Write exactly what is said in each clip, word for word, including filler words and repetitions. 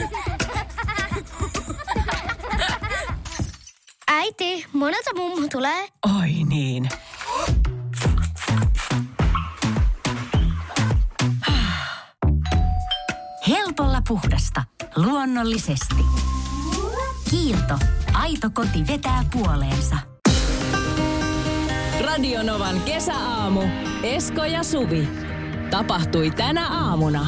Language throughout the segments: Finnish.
Äiti, monelta mummu tulee. Oi niin. Helpolla puhdasta. Luonnollisesti. Kiilto. Aito koti vetää puoleensa. Radionovan kesäaamu. Esko ja Suvi. Tapahtui tänä aamuna.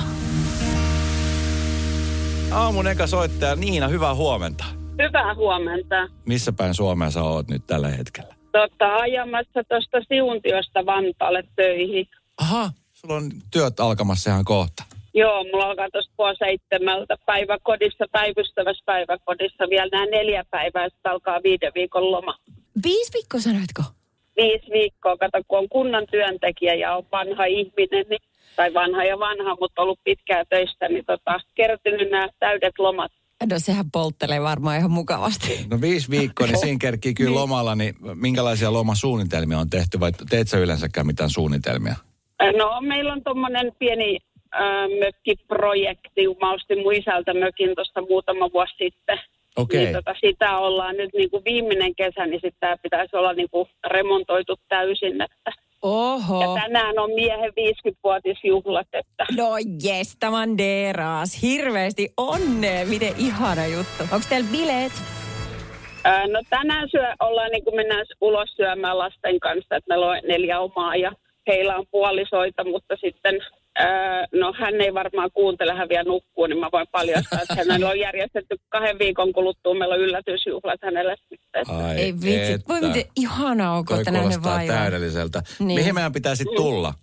Aamun eka soittaja Niina, hyvää huomenta. Hyvää huomenta. Missä päin Suomea sä oot nyt tällä hetkellä? Tota, ajamassa tuosta Siuntiosta Vantaalle töihin. Aha, sulla on työt alkamassa ihan kohta. Joo, mulla alkaa tuosta puoli seitsemältä päiväkodissa, päivystävässä päiväkodissa. Vielä nämä neljä päivää, sitten alkaa viiden viikon loma. Viisi viikkoa sanoitko? Viisi viikkoa, kato, kun on kunnan työntekijä ja on vanha ihminen, niin, tai vanha ja vanha, mutta ollut pitkää töistä, niin tota, kertynyt nämä täydet lomat. No sehän polttelee varmaan ihan mukavasti. No viisi viikkoa, niin siinä kerkii kyllä lomalla, niin minkälaisia lomasuunnitelmia on tehty, vai teet sä yleensäkään mitään suunnitelmia? No meillä on tommonen pieni äh, mökkiprojekti. Mä ostin mun isältä mökin tuosta muutama vuosi sitten. Okei. Niin tota, sitä ollaan nyt niin kuin viimeinen kesä, niin sitä pitäisi olla niin kuin remontoitu täysin. Että. Oho. Ja tänään on miehen viisikymmenvuotisjuhlat. Että. No jes, tämän deras. Hirveästi onnea. Miten ihana juttu. Onko teillä bileet? Äh, no tänään syö, ollaan niin kuin mennään ulos syömään lasten kanssa, että meillä on neljä omaa ja heillä on puolisoita, mutta sitten, ää, no hän ei varmaan kuuntele, hän vielä nukkuu, niin mä voin paljastaa, että hänellä on järjestetty kahden viikon kuluttua, meillä on yllätysjuhlat hänelle sitten. Ai ei vitsi, voi miten ihanaa onko, että nähden vaivaa. Toi kuulostaa täydelliseltä. Niin. Mihin meidän pitäisi tulla?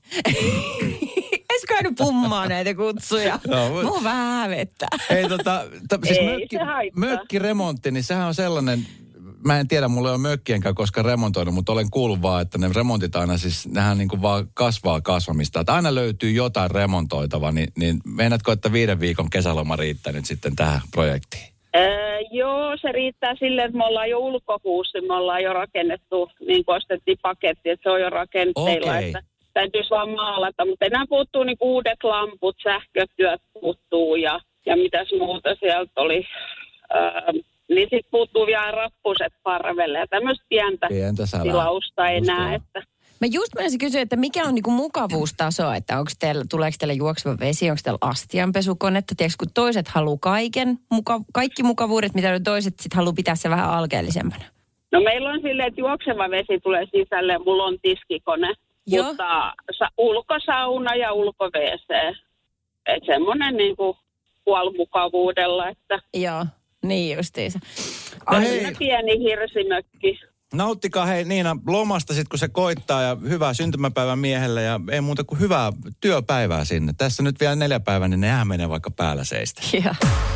Esko aina pummaa näitä kutsuja? No, Mua vähän hävettää. Ei tota, ta, siis ei mökki, se haittaa. mökkiremontti, niin sehän on sellainen, mä en tiedä, mulla ei ole mökkienkään koskaan remontoinut, mutta olen kuullut vaan, että ne remontit aina siis, nehän niin kuin vaan kasvaa kasvamista. Että aina löytyy jotain remontoitavaa, niin, niin meinaatko, että viiden viikon kesäloma riittää nyt sitten tähän projektiin? Ää, joo, se riittää silleen, että me ollaan jo ulkohuusi, me ollaan jo rakennettu, niin kuin ostettiin paketti, että se on jo rakenteilla, Okei. että täytyisi vaan maalata, mutta enää puuttuu niin kuin uudet lamput, sähkötyöt puuttuu ja, ja mitäs muuta sieltä oli. Ää, Niin sitten puuttuu vielä rappuset parvelle ja tämmöistä pientä, Pientä sälää. tilausta enää. Just Että. Mä just menisin kysyä, että mikä on niinku mukavuustaso, että onko teillä, tuleeko teillä juokseva vesi, onko teillä astianpesukonetta, tiedätkö, kun toiset haluaa kaiken, muka, kaikki mukavuudet, mitä toiset sitten haluaa pitää se vähän alkeellisempana. No meillä on silleen, että juokseva vesi tulee sisälle ja mulla on tiskikone, Joo. mutta sa- ulkosauna ja ulko-wc. Että semmoinen niinku puolimukavuudella, että Joo, niin justiinsa. No aina hei. pieni hirsimökki. Nauttikaa hei Niina lomasta sit kun se koittaa ja hyvää syntymäpäivän miehelle ja ei muuta kuin hyvää työpäivää sinne. Tässä nyt vielä neljä päivää, niin nehän menee vaikka päällä seistä. Joo.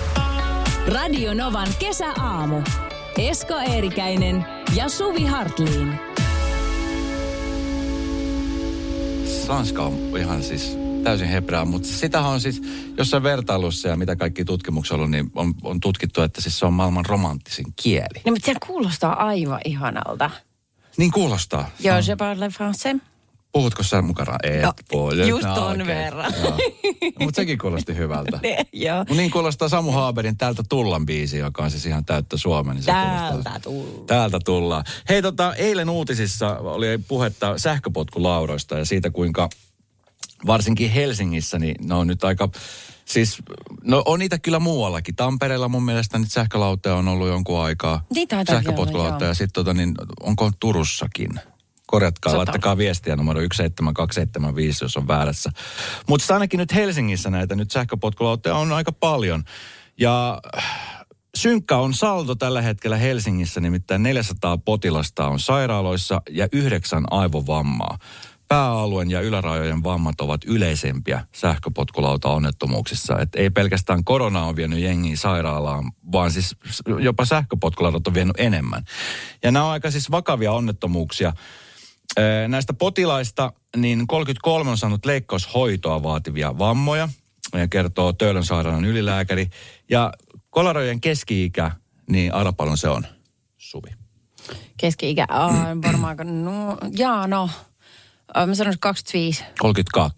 Radio Novan kesäaamu. Esko Eerikäinen ja Suvi Hartliin. Ranska on ihan siis täysin hebraa, mutta sitähän on siis jossain vertailussa ja mitä kaikki tutkimuksia on ollut, niin on, on tutkittu, että siis se on maailman romanttisin kieli. No, mutta se kuulostaa aivan ihanalta. Niin kuulostaa. Joo, No. je parle français. Puhutko sä mukana? Et No, voi. just ton okei. verran. Mutta sekin kuulosti hyvältä. Joo. Mut niin kuulostaa Samu Haaberin Täältä tullaan biisi, joka on siis ihan täyttä Suomea. Niin se Täältä kuulostaa- tullaan. Täältä tullaan. Hei tota, eilen uutisissa oli puhetta sähköpotkulaudoista ja siitä kuinka varsinkin Helsingissä, niin ne on nyt aika, siis no on niitä kyllä muuallakin. Tampereella mun mielestä niitä sähkölautoja on ollut jonkun aikaa. Niitä taitaa Sähköpotkulautoja olla, ja sitten tota niin, onko Turussakin? Korjatkaa, Sata. laittakaa viestiä numero yksi seitsemän kaksi seitsemän viisi, jos on väärässä. Mutta ainakin nyt Helsingissä näitä nyt sähköpotkulautoja on aika paljon. Ja synkkä on saldo tällä hetkellä Helsingissä, nimittäin neljäsataa potilasta on sairaaloissa ja yhdeksän aivovammaa. Pääalueen ja ylärajojen vammat ovat yleisempiä sähköpotkulauta-onnettomuuksissa. Et ei pelkästään korona on vienyt jengiä sairaalaan, vaan siis jopa sähköpotkulaudat on vienyt enemmän. Ja nämä on aika siis vakavia onnettomuuksia. Ee, näistä potilaista niin kolmekymmentäkolme on saanut leikkaushoitoa vaativia vammoja, ja kertoo Töölön sairaalan ylilääkäri. Ja kolarojen keski-ikä, niin arva paljon se on, Suvi. Keski-ikä on varmaan, no, jaa no, mä sanoisin kaksikymmentäviisi. kolmekymmentäkaksi.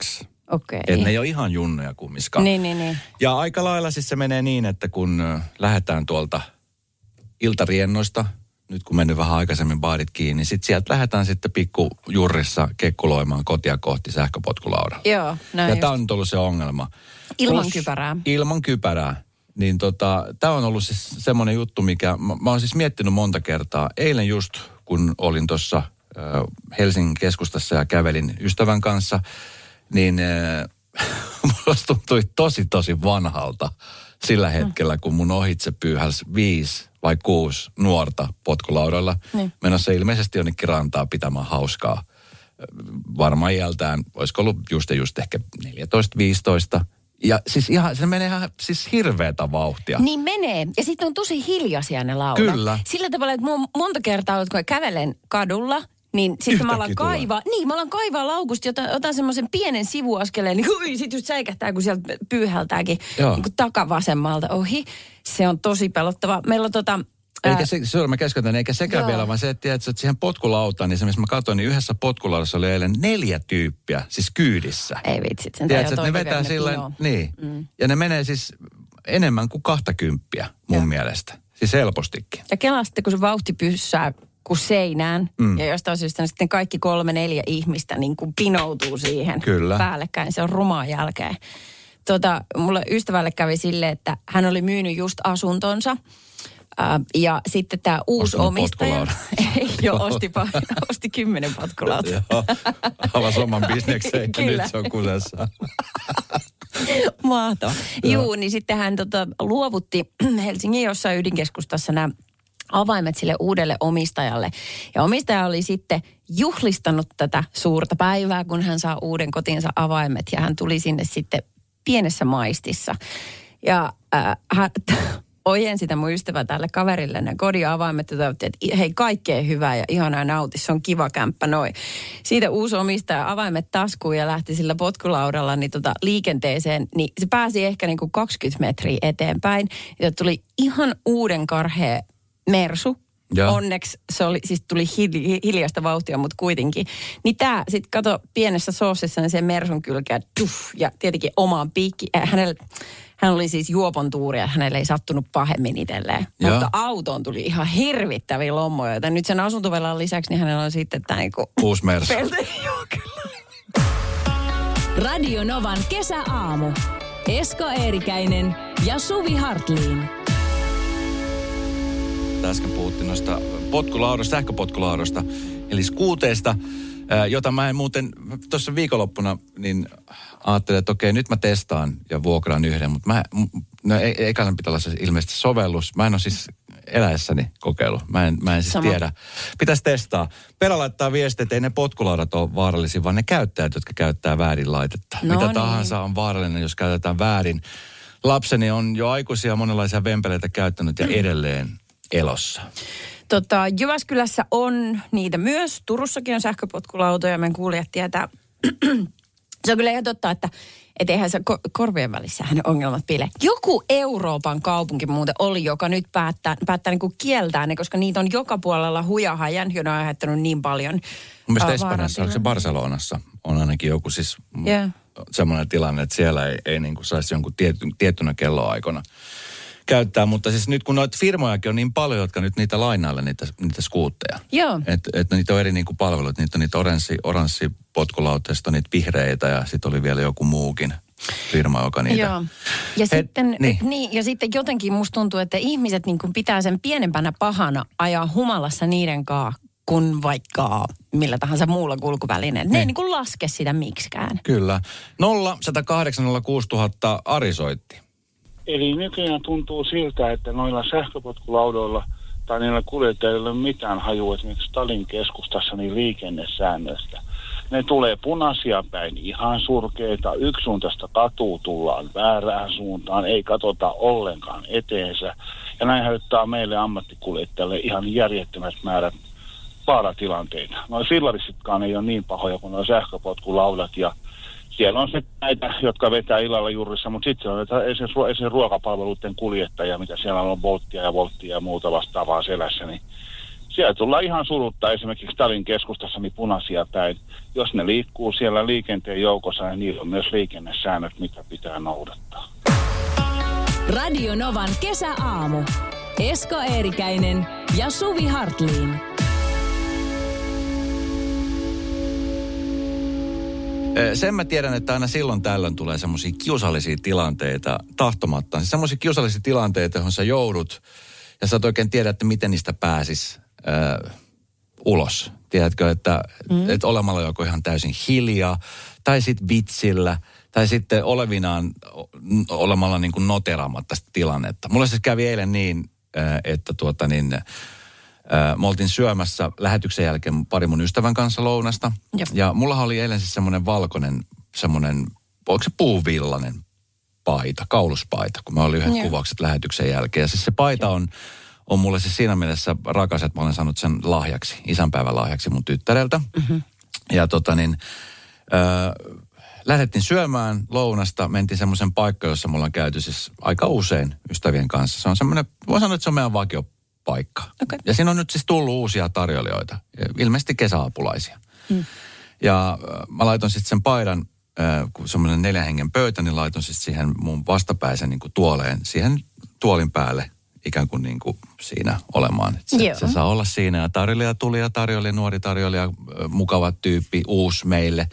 Okei. Että ne ei ole ihan junnuja kummiskaan. Niin, niin, niin. Ja aika lailla siis se menee niin, että kun ö, lähdetään tuolta iltariennoista, nyt kun mennyt vähän aikaisemmin baarit kiinni, niin sitten sieltä lähdetään sitten pikkujurrissa kekkuloimaan kotia kohti sähköpotkulaudalla. Joo, näin Ja just. tämä on nyt ollut se ongelma. Ilman Plus, kypärää. Ilman kypärää. Niin tota, tämä on ollut siis semmoinen juttu, mikä, mä, mä oon siis miettinyt monta kertaa. Eilen just, kun olin tuossa äh, Helsingin keskustassa ja kävelin ystävän kanssa, niin äh, mulla tuntui tosi tosi vanhalta sillä hetkellä, kun mun ohitse pyyhäsi viisi vai kuusi nuorta potkulaudoilla. Niin. Menossa ilmeisesti jonnekin rantaa pitämään hauskaa. Varmaan iältään, olisiko ollut just ja just ehkä neljätoista viisitoista. Ja siis ihan, se menee ihan siis hirveätä vauhtia. Niin menee. Ja sitten on tosi hiljaisia ne laudat. Kyllä. Sillä tavalla, että mun monta kertaa, kun kävelen kadulla, niin sitten mä alan Yhtäkkiä kaivaa, niin mä alan kaivaa laukusta, jota, otan semmoisen pienen sivuaskeleen, niin hui, sit just säikähtää, kun sieltä pyyhältääkin niin takavasemmalta ohi. Se on tosi pelottava. Meillä on tota... Eikä se, se mä keskeytän, eikä sekään Joo. vielä, vaan se, että, että siihen potkulautaan, niin se, missä mä katsoin, niin yhdessä potkulaudassa oli eilen neljä tyyppiä, siis kyydissä. Ei vitsit, sen tiedätkö, että ne vetää sillä niin. Mm. Ja ne menee siis enemmän kuin kahtakymppiä mun ja. mielestä. Siis helpostikin. Ja kelaa sitten, kun se vauhti pyssää kuin seinään, mm. ja jostain syystä sitten kaikki kolme, neljä ihmistä niin kuin pinoutuu siihen Kyllä. päällekkäin. Se on rumaa jälkeen. Tota, mulle ystävälle kävi silleen, että hän oli myynyt just asuntonsa. Uh, ja sitten tämä uusi Ostanut omistaja. Ei ole, osti, osti kymmenen potkulauta. Joo, avasi oman bisnekseen, että nyt se on kusessa. Mahto. Juu, niin sitten hän tota, luovutti Helsingin jossain ydinkeskustassa nämä avaimet sille uudelle omistajalle. Ja omistaja oli sitten juhlistanut tätä suurta päivää, kun hän saa uuden kotinsa avaimet. Ja hän tuli sinne sitten pienessä maistissa. Ja äh, hän... ojen sitä mun ystävä tälle kaverille ne kodin avaimet ja toivotti, että hei, kaikkea hyvää ja ihanaa nauti, se on kiva kämppä, noin. Siitä uusi omistaja avaimet taskuun ja lähti sillä potkulaudalla niin tota, liikenteeseen, niin se pääsi ehkä niin kuin kaksikymmentä metriä eteenpäin. Ja tuli ihan uuden karhea Mersu. Ja. Onneksi se oli, siis tuli hiljaista vauhtia, mutta kuitenkin. Niin tää sit kato pienessä soosissa niin sen Mersun kylkeä, tuff, ja tietenkin omaan piikki. Äh, hänellä, hän oli siis juopon tuuri ja hänelle ei sattunut pahemmin itselleen. Ja. Mutta autoon tuli ihan hirvittäviä lommoja. Joten nyt sen asuntovelan lisäksi niin hänellä on sitten tämä niinku... Uusi Mersu. Joo, kyllä. Radio Novan kesäaamu. Esko Eerikäinen ja Suvi Hartliin. Äsken puhuttiin noista potkulaudoista, sähköpotkulaudoista, eli skuuteista, jota mä en muuten tuossa viikonloppuna niin ajattelin, että okei, nyt mä testaan ja vuokraan yhden, mutta mä, no eikä pitää olla se ilmeisesti sovellus. Mä en ole siis eläessäni kokeillut. Mä en, mä en siis Sama. tiedä. Pitäisi testaa. Pera laittaa viestiä, että ei ne potkulaudat ole vaarallisia, vaan ne käyttäjät, jotka käyttää väärin laitetta. No Mitä niin. tahansa on vaarallinen, jos käytetään väärin. Lapseni on jo aikuisia monenlaisia vempeleitä käyttänyt ja edelleen elossa. Tota, Jyväskylässä on niitä myös. Turussakin on sähköpotkulautoja. Meidän kuulijat tietää. Se on kyllä ihan totta, että et eihän se ko- korvien välissähän ongelmat piilee. Joku Euroopan kaupunki muuten oli, joka nyt päättää, päättää niin kuin kieltää ne, koska niitä on joka puolella hujahajan, jona on aiheuttanut niin paljon. Mun mielestä Espanjassa, onko se Barcelonassa, on ainakin joku siis yeah. semmoinen tilanne, että siellä ei, ei niin kuin saisi jonkun tiety, tiettynä kelloaikona käyttää, mutta siis nyt kun noita firmojakin on niin paljon, jotka nyt niitä lainailla, niitä, niitä skuutteja. Joo. Että et niitä on eri niinku palvelut, niitä on niitä oranssi, oranssi potkulauteista, niitä vihreitä ja sitten oli vielä joku muukin firma, joka niitä... Joo. Ja, Et, sitten, niin. Niin, ja sitten jotenkin musta tuntuu, että ihmiset niin kuin pitää sen pienempänä pahana ajaa humalassa niiden kanssa, kuin vaikka millä tahansa muulla kulkuvälineellä. Ne niin. ei niin kuin laske sitä miksikään. Kyllä. nolla yksi nolla kahdeksan nolla kuusi nolla nolla nolla Ari soitti. Eli nykyään tuntuu siltä, että noilla sähköpotkulaudoilla tai niillä kuljettajilla ei ole mitään hajua esimerkiksi Stalin keskustassa niin liikennesäännöistä. Ne tulee punaisia päin ihan surkeita, yksisuuntaista katua tullaan väärään suuntaan, ei katsota ollenkaan eteensä. Ja näin häyttää meille ammattikuljettajille ihan järjettömät määrät vaaratilanteita. Noi fillarisitkaan ei ole niin pahoja kuin nuo sähköpotkulaudat ja siellä on se näitä, jotka vetää illalla juurissa, mutta sitten on esimerkiksi ruokapalveluiden kuljettajia, mitä siellä on Bolttia ja Volttia ja muuta vastaavaa selässä, niin Siellä tullaan ihan suruttaa esimerkiksi Stalin keskustassa niin punaisia päin. Jos ne liikkuu siellä liikenteen joukossa, niin niillä on myös liikennesäännöt, mitä pitää noudattaa. Radio Novan kesäaamu. Esko Eerikäinen ja Suvi Hartliin. Sen mä tiedän, että aina silloin tällöin tulee semmoisia kiusallisia tilanteita tahtomattaan. Siis semmoisia kiusallisia tilanteita, johon sä joudut ja sä et oikein tiedä, että miten niistä pääsis äh, ulos. Tiedätkö, että mm. et olemalla joko ihan täysin hiljaa tai sitten vitsillä tai sitten olevinaan olemalla niin kuin noteraamatta sitä tilannetta. Mulle siis kävi eilen niin, äh, että tuota niin... Äh, me oltiin syömässä lähetyksen jälkeen pari mun ystävän kanssa lounasta. Jop. Ja mullahan oli eilen siis semmoinen valkoinen, semmoinen, onko se puuvillainen paita, kauluspaita, kun mä olin yhdet Jop. kuvaukset lähetyksen jälkeen. Ja siis se paita on, on mulle siis siinä mielessä rakas, että mä olen saanut sen lahjaksi, isänpäivän lahjaksi mun tyttäreltä. Mm-hmm. Ja tota niin, äh, lähdettiin syömään lounasta, mentiin semmoisen paikkaan, jossa mulla on käyty siis aika usein ystävien kanssa. Se on semmoinen, voin sanoa, että se on meidän vakio paikka. Okay. Ja siinä on nyt siis tullut uusia tarjoilijoita, ilmeisesti kesäapulaisia. Mm. Ja äh, mä laitoin sitten sen paidan, äh, kun semmoinen neljän hengen pöytä, niin laitoin sitten siihen mun vastapäisen niin kuin tuoleen, siihen tuolin päälle ikään kuin, niin kuin siinä olemaan. Se, se saa olla siinä ja tarjoilija tuli ja tarjoilija, nuori tarjoilija, äh, mukava tyyppi, uusi meille.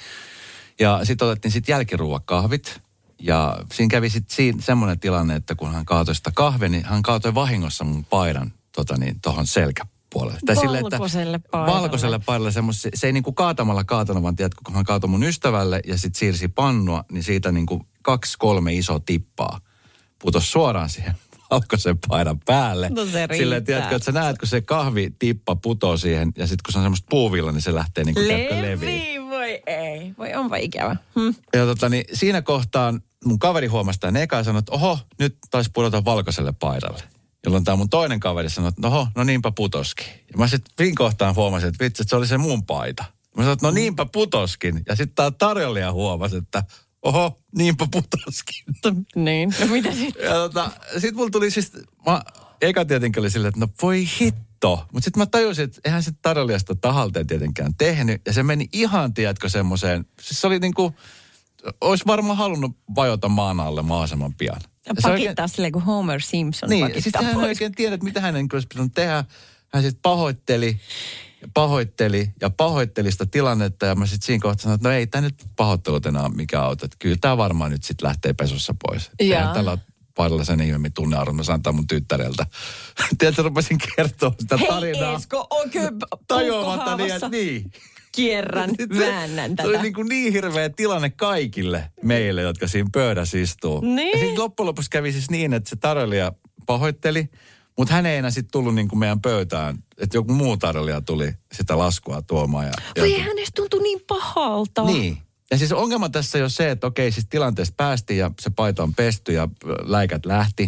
Ja sitten otettiin sitten jälkiruokahvit. Ja siinä kävi sitten semmoinen tilanne, että kun hän kaatoi sitä kahvia, niin hän kaatoi vahingossa mun paidan tota niin, tuohon selkäpuolelle. Valkoiselle paidalle. Valkoiselle paidalle. Se, se ei niinku kaatamalla kaatanut, vaan tiedätkö, kun hän kaatoi mun ystävälle ja sitten siirsi pannua, niin siitä niinku kaksi, kolme iso tippaa putosi suoraan siihen valkoisen paidan päälle. No se riittää. Silleen, tiedätkö, että sä näet, kun se kahvitippa putoo siihen ja sitten kun se on semmoista puuvilla, niin se lähtee niinku leviin. Voi ei. Voi onpa ikävä. Hm. Ja tota, niin siinä kohtaan mun kaveri huomasi tämän eka ja sanoi, että oho, nyt taisi pudota valkoiselle paidalle. Jolloin tämä mun toinen kaveri sanoi, että oho, no niinpä putoskin. Ja mä sitten siinä kohtaan huomasin, että vitsi, että se oli se mun paita. Mä sanoin, että no niinpä putoskin. Ja sitten tämä tarjoilija huomasi, että oho, niinpä putoskin. Niin, no mitä sitten? Ja tota, sitten mulla tuli siis, mä eka tietenkin oli silleen, että no voi hitto. Mutta sitten mä tajusin, että eihän se tarjoilijasta tahalteen tietenkään tehnyt. Ja se meni ihan, tiedätkö, semmoiseen, siis se oli niin kuin, olisi varmaan halunnut vajota maan alle mahdollisimman pian. Ja pakittaa oikein silleen kuin Homer Simpson niin, pakittaa sitten hän oikein tiedä, että mitä hänen olisi pitänyt tehdä. Hän sitten pahoitteli, pahoitteli ja pahoitteli sitä tilannetta. Ja mä sitten siinä kohtaa sanoin, että no ei tämä nyt pahoittelut enää mikään auto. Että kyllä tämä varmaan nyt sitten lähtee pesussa pois. Ja tällä paidalla sen ihmeemmin tunnearvon, mä saan tämän mun tyttäreltä. Tiedätkö, rupesin kertoa sitä tarinaa. Hei Esko, oikein tajuamatta niin, että niin. Kierrän, väännän tätä. Se oli niin, kuin niin hirveä tilanne kaikille meille, jotka siinä pöydässä istuu. Niin. Ja sitten loppujen lopuksi kävi siis niin, että se tarjoilija pahoitteli, mutta hän ei enää sitten tullut niin kuin meidän pöytään. Että joku muu tarjoilija tuli sitä laskua tuomaan. Ja, Voi ja hänestä tuntui niin pahalta. Niin. Ja siis ongelma tässä on se, että okei, siis tilanteesta päästiin ja se paita on pesty ja läikät lähti.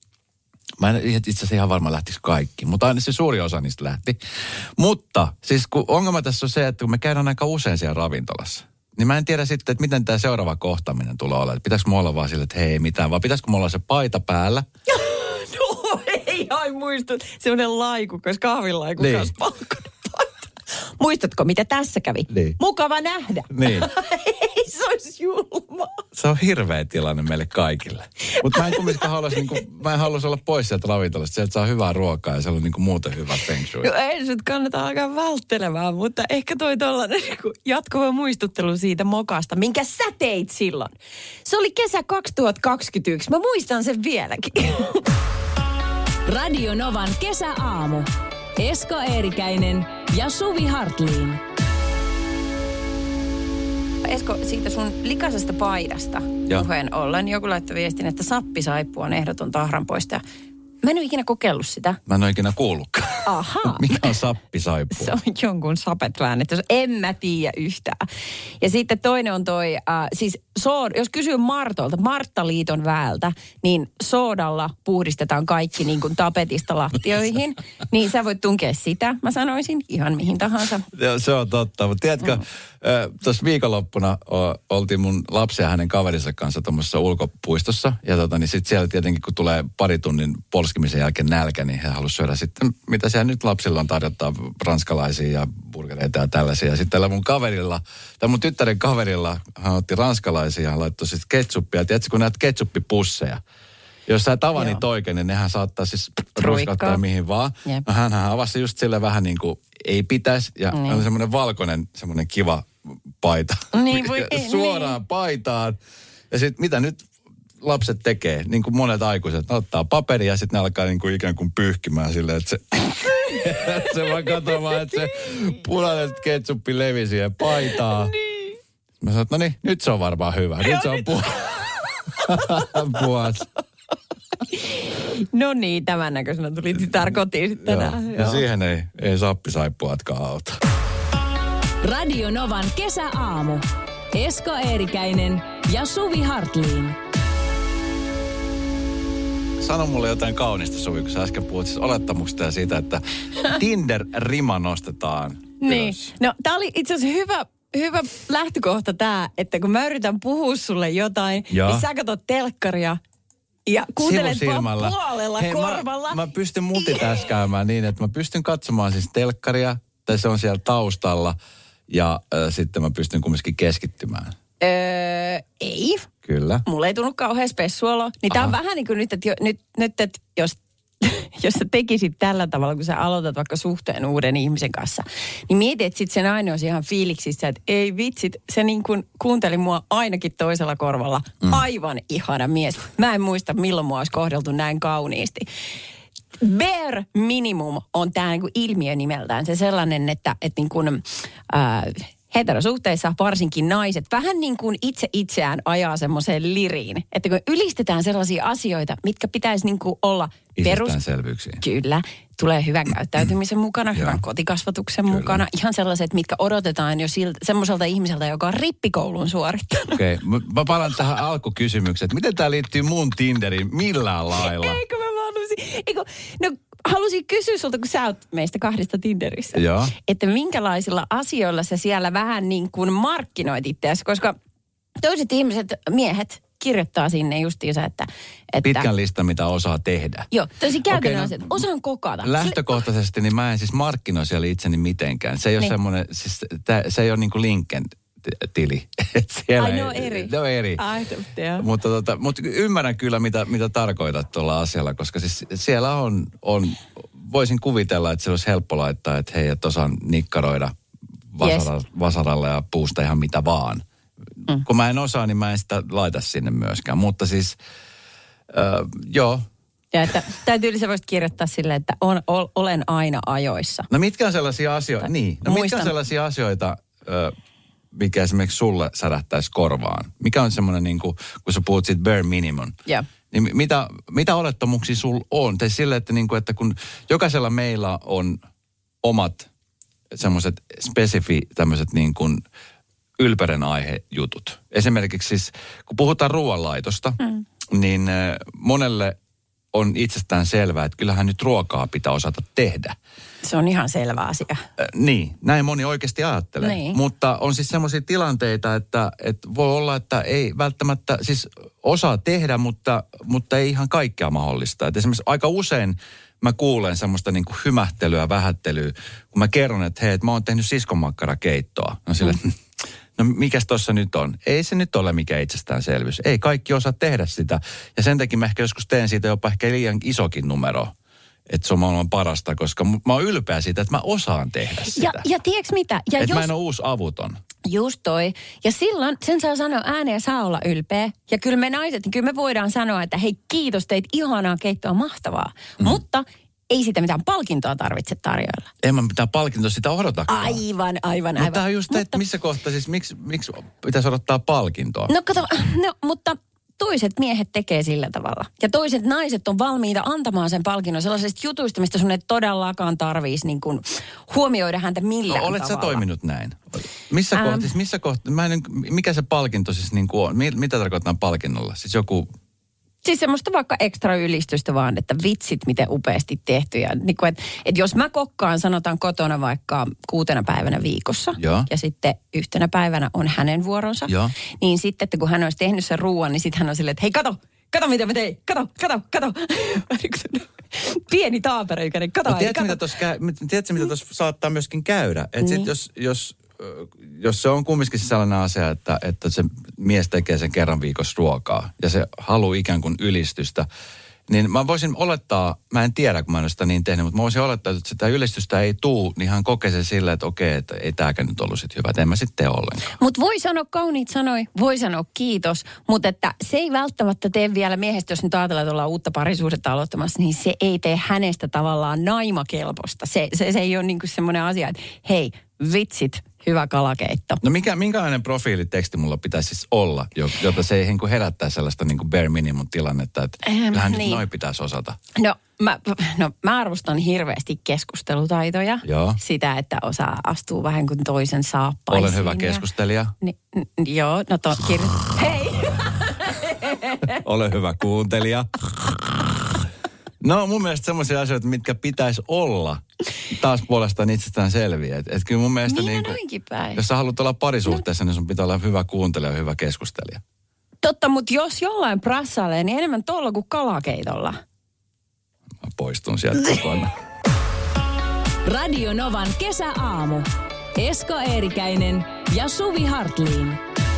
Mä en itse asiassa ihan varmaan lähtisi kaikki, mutta aina se suuri osa niistä lähti. Mutta siis kun ongelma tässä on se, että kun me käydään aika usein siellä ravintolassa, niin mä en tiedä sitten, että miten tämä seuraava kohtaaminen tulee olla. Että pitäisikö mulla olla vaan sille, että hei mitään, vai pitäisikö mulla olla se paita päällä? No ei, ai muistut. Semmoinen laikukas, kahvilaiku niin. kanssa palkkoinen paita. Muistatko, mitä tässä kävi? Niin. Mukava nähdä. Niin. Ei, se olisi julmaa. Se on hirveä tilanne meille kaikille. Mutta mä en kumminkaan haluaisi, niinku, mä en haluaisi olla pois sieltä ravintolasta. Sieltä saa hyvää ruokaa ja se on niinku muuten hyvä feng shui. No ei nyt kannata alkaa välttelemään, mutta ehkä toi tollainen niinku jatkuva muistuttelu siitä mokasta, minkä sä teit silloin. Se oli kesä kaksituhattakaksikymmentäyksi. Mä muistan sen vieläkin. Radio Novan kesäaamu. Esko Eerikäinen ja Suvi Hartliin. Esko, siitä sun likaisesta paidasta puheen ollen. Joku laittoi viestin, että sappisaippua on ehdoton tahranpoista. Mä en ole ikinä kokeillut sitä. Mä en ole ikinä kuullutkaan. Ahaa. Mikä on sappisaippua? Se on jonkun sapet väännetty. En mä tiedä yhtään. Ja sitten toinen on toi, äh, siis sood, jos kysyy Martolta, Marttaliiton väältä, niin soodalla puhdistetaan kaikki niin kuin tapetista lattioihin. Niin sä voit tunkea sitä, mä sanoisin, ihan mihin tahansa. Joo, se on totta. Mutta tiedätkö, mm. tuossa viikonloppuna o, oltiin mun lapsen ja hänen kaverinsa kanssa tuommoisessa ulkopuistossa. Ja tota, niin sitten siellä tietenkin, kun tulee pari tunnin polskimisen jälkeen nälkä, niin he halusivat syödä sitten, mitä siellä nyt lapsilla on tarjottaa ranskalaisia ja burgereita ja tällaisia. Ja sitten tällä mun kaverilla, tai mun tyttären kaverilla, hän otti ranskalaisia ja laittoi siis ketsuppia. Tiedätkö, kun näet ketsuppipusseja, jos sä tavanit Joo. oikein, niin nehän saattaa siis ruiskattaa mihin vaan. Yep. No hänhän avasi just sille vähän niin kuin ei pitäisi. Ja niin. on semmoinen valkoinen, semmoinen kiva paita. Niin, voi, suoraan niin. paitaan. Ja sitten mitä nyt lapset tekee, niin kuin monet aikuiset, ne ottaa paperia ja sitten ne alkaa niin kuin ikään kuin pyyhkimään silleen, että se, että se vaan katsoo vaan, että se punainen ketsuppi levisi siihen paitaan. Niin. Mä sanoin, että no niin, nyt se on varmaan hyvä. Nyt se on pu- puhas. No niin, tämän näköisenä tuli tytär kotiin sitten tänään. Joo. Ja siihen ei, ei sappisaippuatkaan auta. Radio Novan kesäaamu. Esko Eerikäinen ja Suvi Hartliin. Sano mulle jotain kaunista, Suvi, kun sä äsken puhut siis olettamuksesta ja siitä, että Tinder-rima nostetaan Niin. ylös. No, tää oli itse asiassa hyvä, hyvä lähtökohta tää, että kun mä yritän puhua sulle jotain, ja. niin sä katot telkkaria ja kuuntelet Sivusilmällä. vaan puolella Hei, korvalla. Mä, mä pystyn multitaskäämään niin, että mä pystyn katsomaan siis telkkaria, tai se on siellä taustalla, ja äh, sitten mä pystyn kumminkin keskittymään. Öö, ei. Kyllä. Mulla ei tunnu kauhean spessuolo. Niin tää on vähän niin kuin nyt, että jo, nyt, nyt että jos, jos sä tekisit tällä tavalla, kun sä aloitat vaikka suhteen uuden ihmisen kanssa, niin mieti, että sit sen aina olisi ihan fiiliksissä, että ei vitsit, se niin kuin kuunteli mua ainakin toisella korvalla. Mm. Aivan ihana mies. Mä en muista, milloin mua olisi kohdeltu näin kauniisti. Bare minimum on tämä niinku ilmiö nimeltään. Se sellainen, että, että niin kuin, äh, heterosuhteissa varsinkin naiset vähän niin kuin itse itseään ajaa semmoiseen liriin. Että kun ylistetään sellaisia asioita, mitkä pitäisi niin kuin olla perus... Itsestäänselvyyksiä. Kyllä. Tulee hyvän käyttäytymisen mukana, hyvän kotikasvatuksen Kyllä. mukana. Ihan sellaiset, mitkä odotetaan jo siltä, semmoiselta ihmiseltä, joka on rippikoulun suorittanut. Okei, okay. Mä palaan tähän alkukysymykseen. Miten tämä liittyy mun Tinderiin millään lailla? Eikö mä vaan halusin... Eikö, no halusin kysyä sulta, kun sä oot meistä kahdesta Tinderissä. Joo. Että minkälaisilla asioilla sä siellä vähän niin kuin markkinoit itseäsi, koska toiset ihmiset, miehet, kirjoittaa sinne justiinsa, että... että pitkän listan, mitä osaa tehdä. Joo, tosi käytännön okay, asiat. Osaan kokata. Lähtökohtaisesti niin mä en siis markkinoi siellä itseni mitenkään. Se ei ole niin. semmoinen, siis tää, se ei ole niin kuin Linken tili. Ai ne on eri. Ne on eri. Ai, mutta, tota, mutta ymmärrän kyllä, mitä, mitä tarkoitat tuolla asialla, koska siis siellä on, on, voisin kuvitella, että se olisi helppo laittaa, että hei, että osaan nikkaroida vasara, yes. vasaralla ja puusta ihan mitä vaan. Mm. Kun mä en osaa, niin mä en sitä laita sinne myöskään. Mutta siis, äh, joo. Ja että täytyy sä voisit kirjoittaa silleen, että on, ol, olen aina ajoissa. No mitkä on sellaisia asioita, tai niin, no mitkä on sellaisia asioita, äh, mikä esimerkiksi sulle särähtäisi korvaan? Mikä on semmoinen, niin kuin, kun sä puhut siitä bare minimum, yeah. niin mitä, mitä olettamuksia sulla on? Tai sille, että, niin kuin, että kun jokaisella meillä on omat semmoiset spesifi tämmöiset niin kuin ylpeyden aihejutut. Esimerkiksi siis, kun puhutaan ruoanlaitosta, mm. niin monelle on itsestään selvää, että kyllähän nyt ruokaa pitää osata tehdä. Se on ihan selvä asia. Äh, niin, näin moni oikeasti ajattelee. Niin. Mutta on siis semmoisia tilanteita, että, että voi olla, että ei välttämättä siis osaa tehdä, mutta, mutta ei ihan kaikkea mahdollista. Et esimerkiksi aika usein mä kuulen semmoista niin kuin hymähtelyä, vähättelyä, kun mä kerron, että hei, että mä oon tehnyt siskonmakkarakeittoa. No sille, mm. no mikäs tossa nyt on? Ei se nyt ole mikään itsestäänselvyys. Ei kaikki osaa tehdä sitä. Ja sen takia mä ehkä joskus teen siitä jopa ehkä liian isokin numero. Että se on maailman parasta, koska mä oon ylpeä siitä, että mä osaan tehdä sitä. Ja, ja tiedätkö mitä? Ja että jos... mä en ole uusi avuton. Just toi. Ja silloin sen saa sanoa ääneen, saa olla ylpeä. Ja kyllä me naiset, niin kyllä me voidaan sanoa, että hei kiitos teit, ihanaa keittoa, mahtavaa. Mm. Mutta ei sitä mitään palkintoa tarvitse tarjoilla. En mä mitään palkintoa sitä odotakaan. Aivan, aivan, aivan. Mutta just, mutta... että missä kohtaa siis, miksi, miksi pitäisi odottaa palkintoa? No kato, no mutta toiset miehet tekee sillä tavalla. Ja toiset naiset on valmiita antamaan sen palkinnon sellaisesta jutuista, mistä sun ei todellakaan tarvitsisi niin kuin huomioida häntä millään no, olet tavalla. Olet sä toiminut näin? Missä ähm. kohtaa, siis missä kohtaa, mä en, mikä se palkinto siis niin kuin on? Mitä tarkoittaa palkinnolla? Siis joku... Siis semmoista vaikka ekstra ylistystä vaan, että vitsit miten upeasti tehty. Ja niin kuin, että, että jos mä kokkaan sanotaan kotona vaikka kuutena päivänä viikossa ja, ja sitten yhtenä päivänä on hänen vuoronsa, ja. niin sitten, että kun hän olisi tehnyt sen ruuan, niin sitten hän on silleen, että hei kato, kato mitä mä tein, kato, kato, kato. pieni taaperöykäinen. Kato, no, äiti, tiedätkö, mitä tuossa käy, tiedätkö, mitä tuossa saattaa myöskin käydä? Että niin. sit jos, jos, jos se on kumminkin sellainen asia, että, että se mies tekee sen kerran viikossa ruokaa ja se haluaa ikään kuin ylistystä, niin mä voisin olettaa, mä en tiedä, kun mä en ole sitä niin tehnyt, mutta mä voisin olettaa, että sitä ylistystä ei tuu, niin hän kokee sen silleen, että okei, että ei tääkään nyt ollut sit hyvä, että en mä sitten tee ollenkaan. Mutta voi sanoa kauniit sanoi, voi sanoa kiitos, mutta että se ei välttämättä tee vielä miehestä, jos nyt ajatellaan, että ollaan uutta parisuhdetta aloittamassa, niin se ei tee hänestä tavallaan naimakelpoista. Se, se, se ei ole niinku semmoinen asia, että hei, vitsit, hyvä kalakeitto. No mikä, minkälainen profiiliteksti mulla pitäisi siis olla, jota se ei niin kuin herättää sellaista niin kuin bare minimum tilannetta, että ähm, kyllähän niin. Nyt noi pitäisi osata. No mä, no mä arvostan hirveästi keskustelutaitoja. Joo. Sitä, että osaa astuu vähän kuin toisen saappaisiin. Olen hyvä keskustelija. Ni, n, joo, no to, kir- hei! Olen hyvä kuuntelija. No mun mielestä semmoisia asioita, mitkä pitäisi olla, taas puolestaan itsestään selviä. Että et kyllä mun mielestä niin, niin kuin, jos sä haluat olla parisuhteessa, no. niin sun pitää olla hyvä kuuntelija ja hyvä keskustelija. Totta, mutta jos jollain prassailee, niin enemmän tuolla kuin kalakeitolla. Mä poistun sieltä kokonaan. Radio Novan kesäaamu. Esko Eerikäinen ja Suvi Hartliin.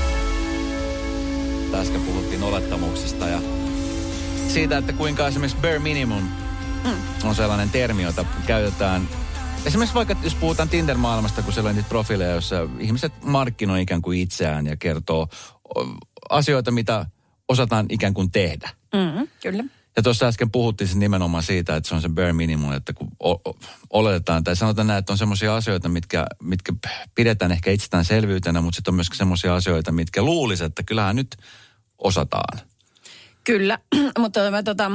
Äsken puhuttiin olettamuksista ja siitä, että kuinka esimerkiksi bare minimum mm. on sellainen termi, jota käytetään. Esimerkiksi vaikka jos puhutaan Tinder-maailmasta, kun siellä on niitä profiileja, joissa ihmiset markkinoi ikään kuin itseään ja kertoo asioita, mitä osataan ikään kuin tehdä. Mm, kyllä. Ja tuossa äsken puhuttiin siis nimenomaan siitä, että se on se bare minimum, että kun o- oletetaan tai sanotaan näin, että on semmoisia asioita, mitkä, mitkä pidetään ehkä itsestäänselvyytenä, mutta sitten on myöskin semmoisia asioita, mitkä luulisi, että kyllähän nyt osataan. Kyllä, mutta mä tota,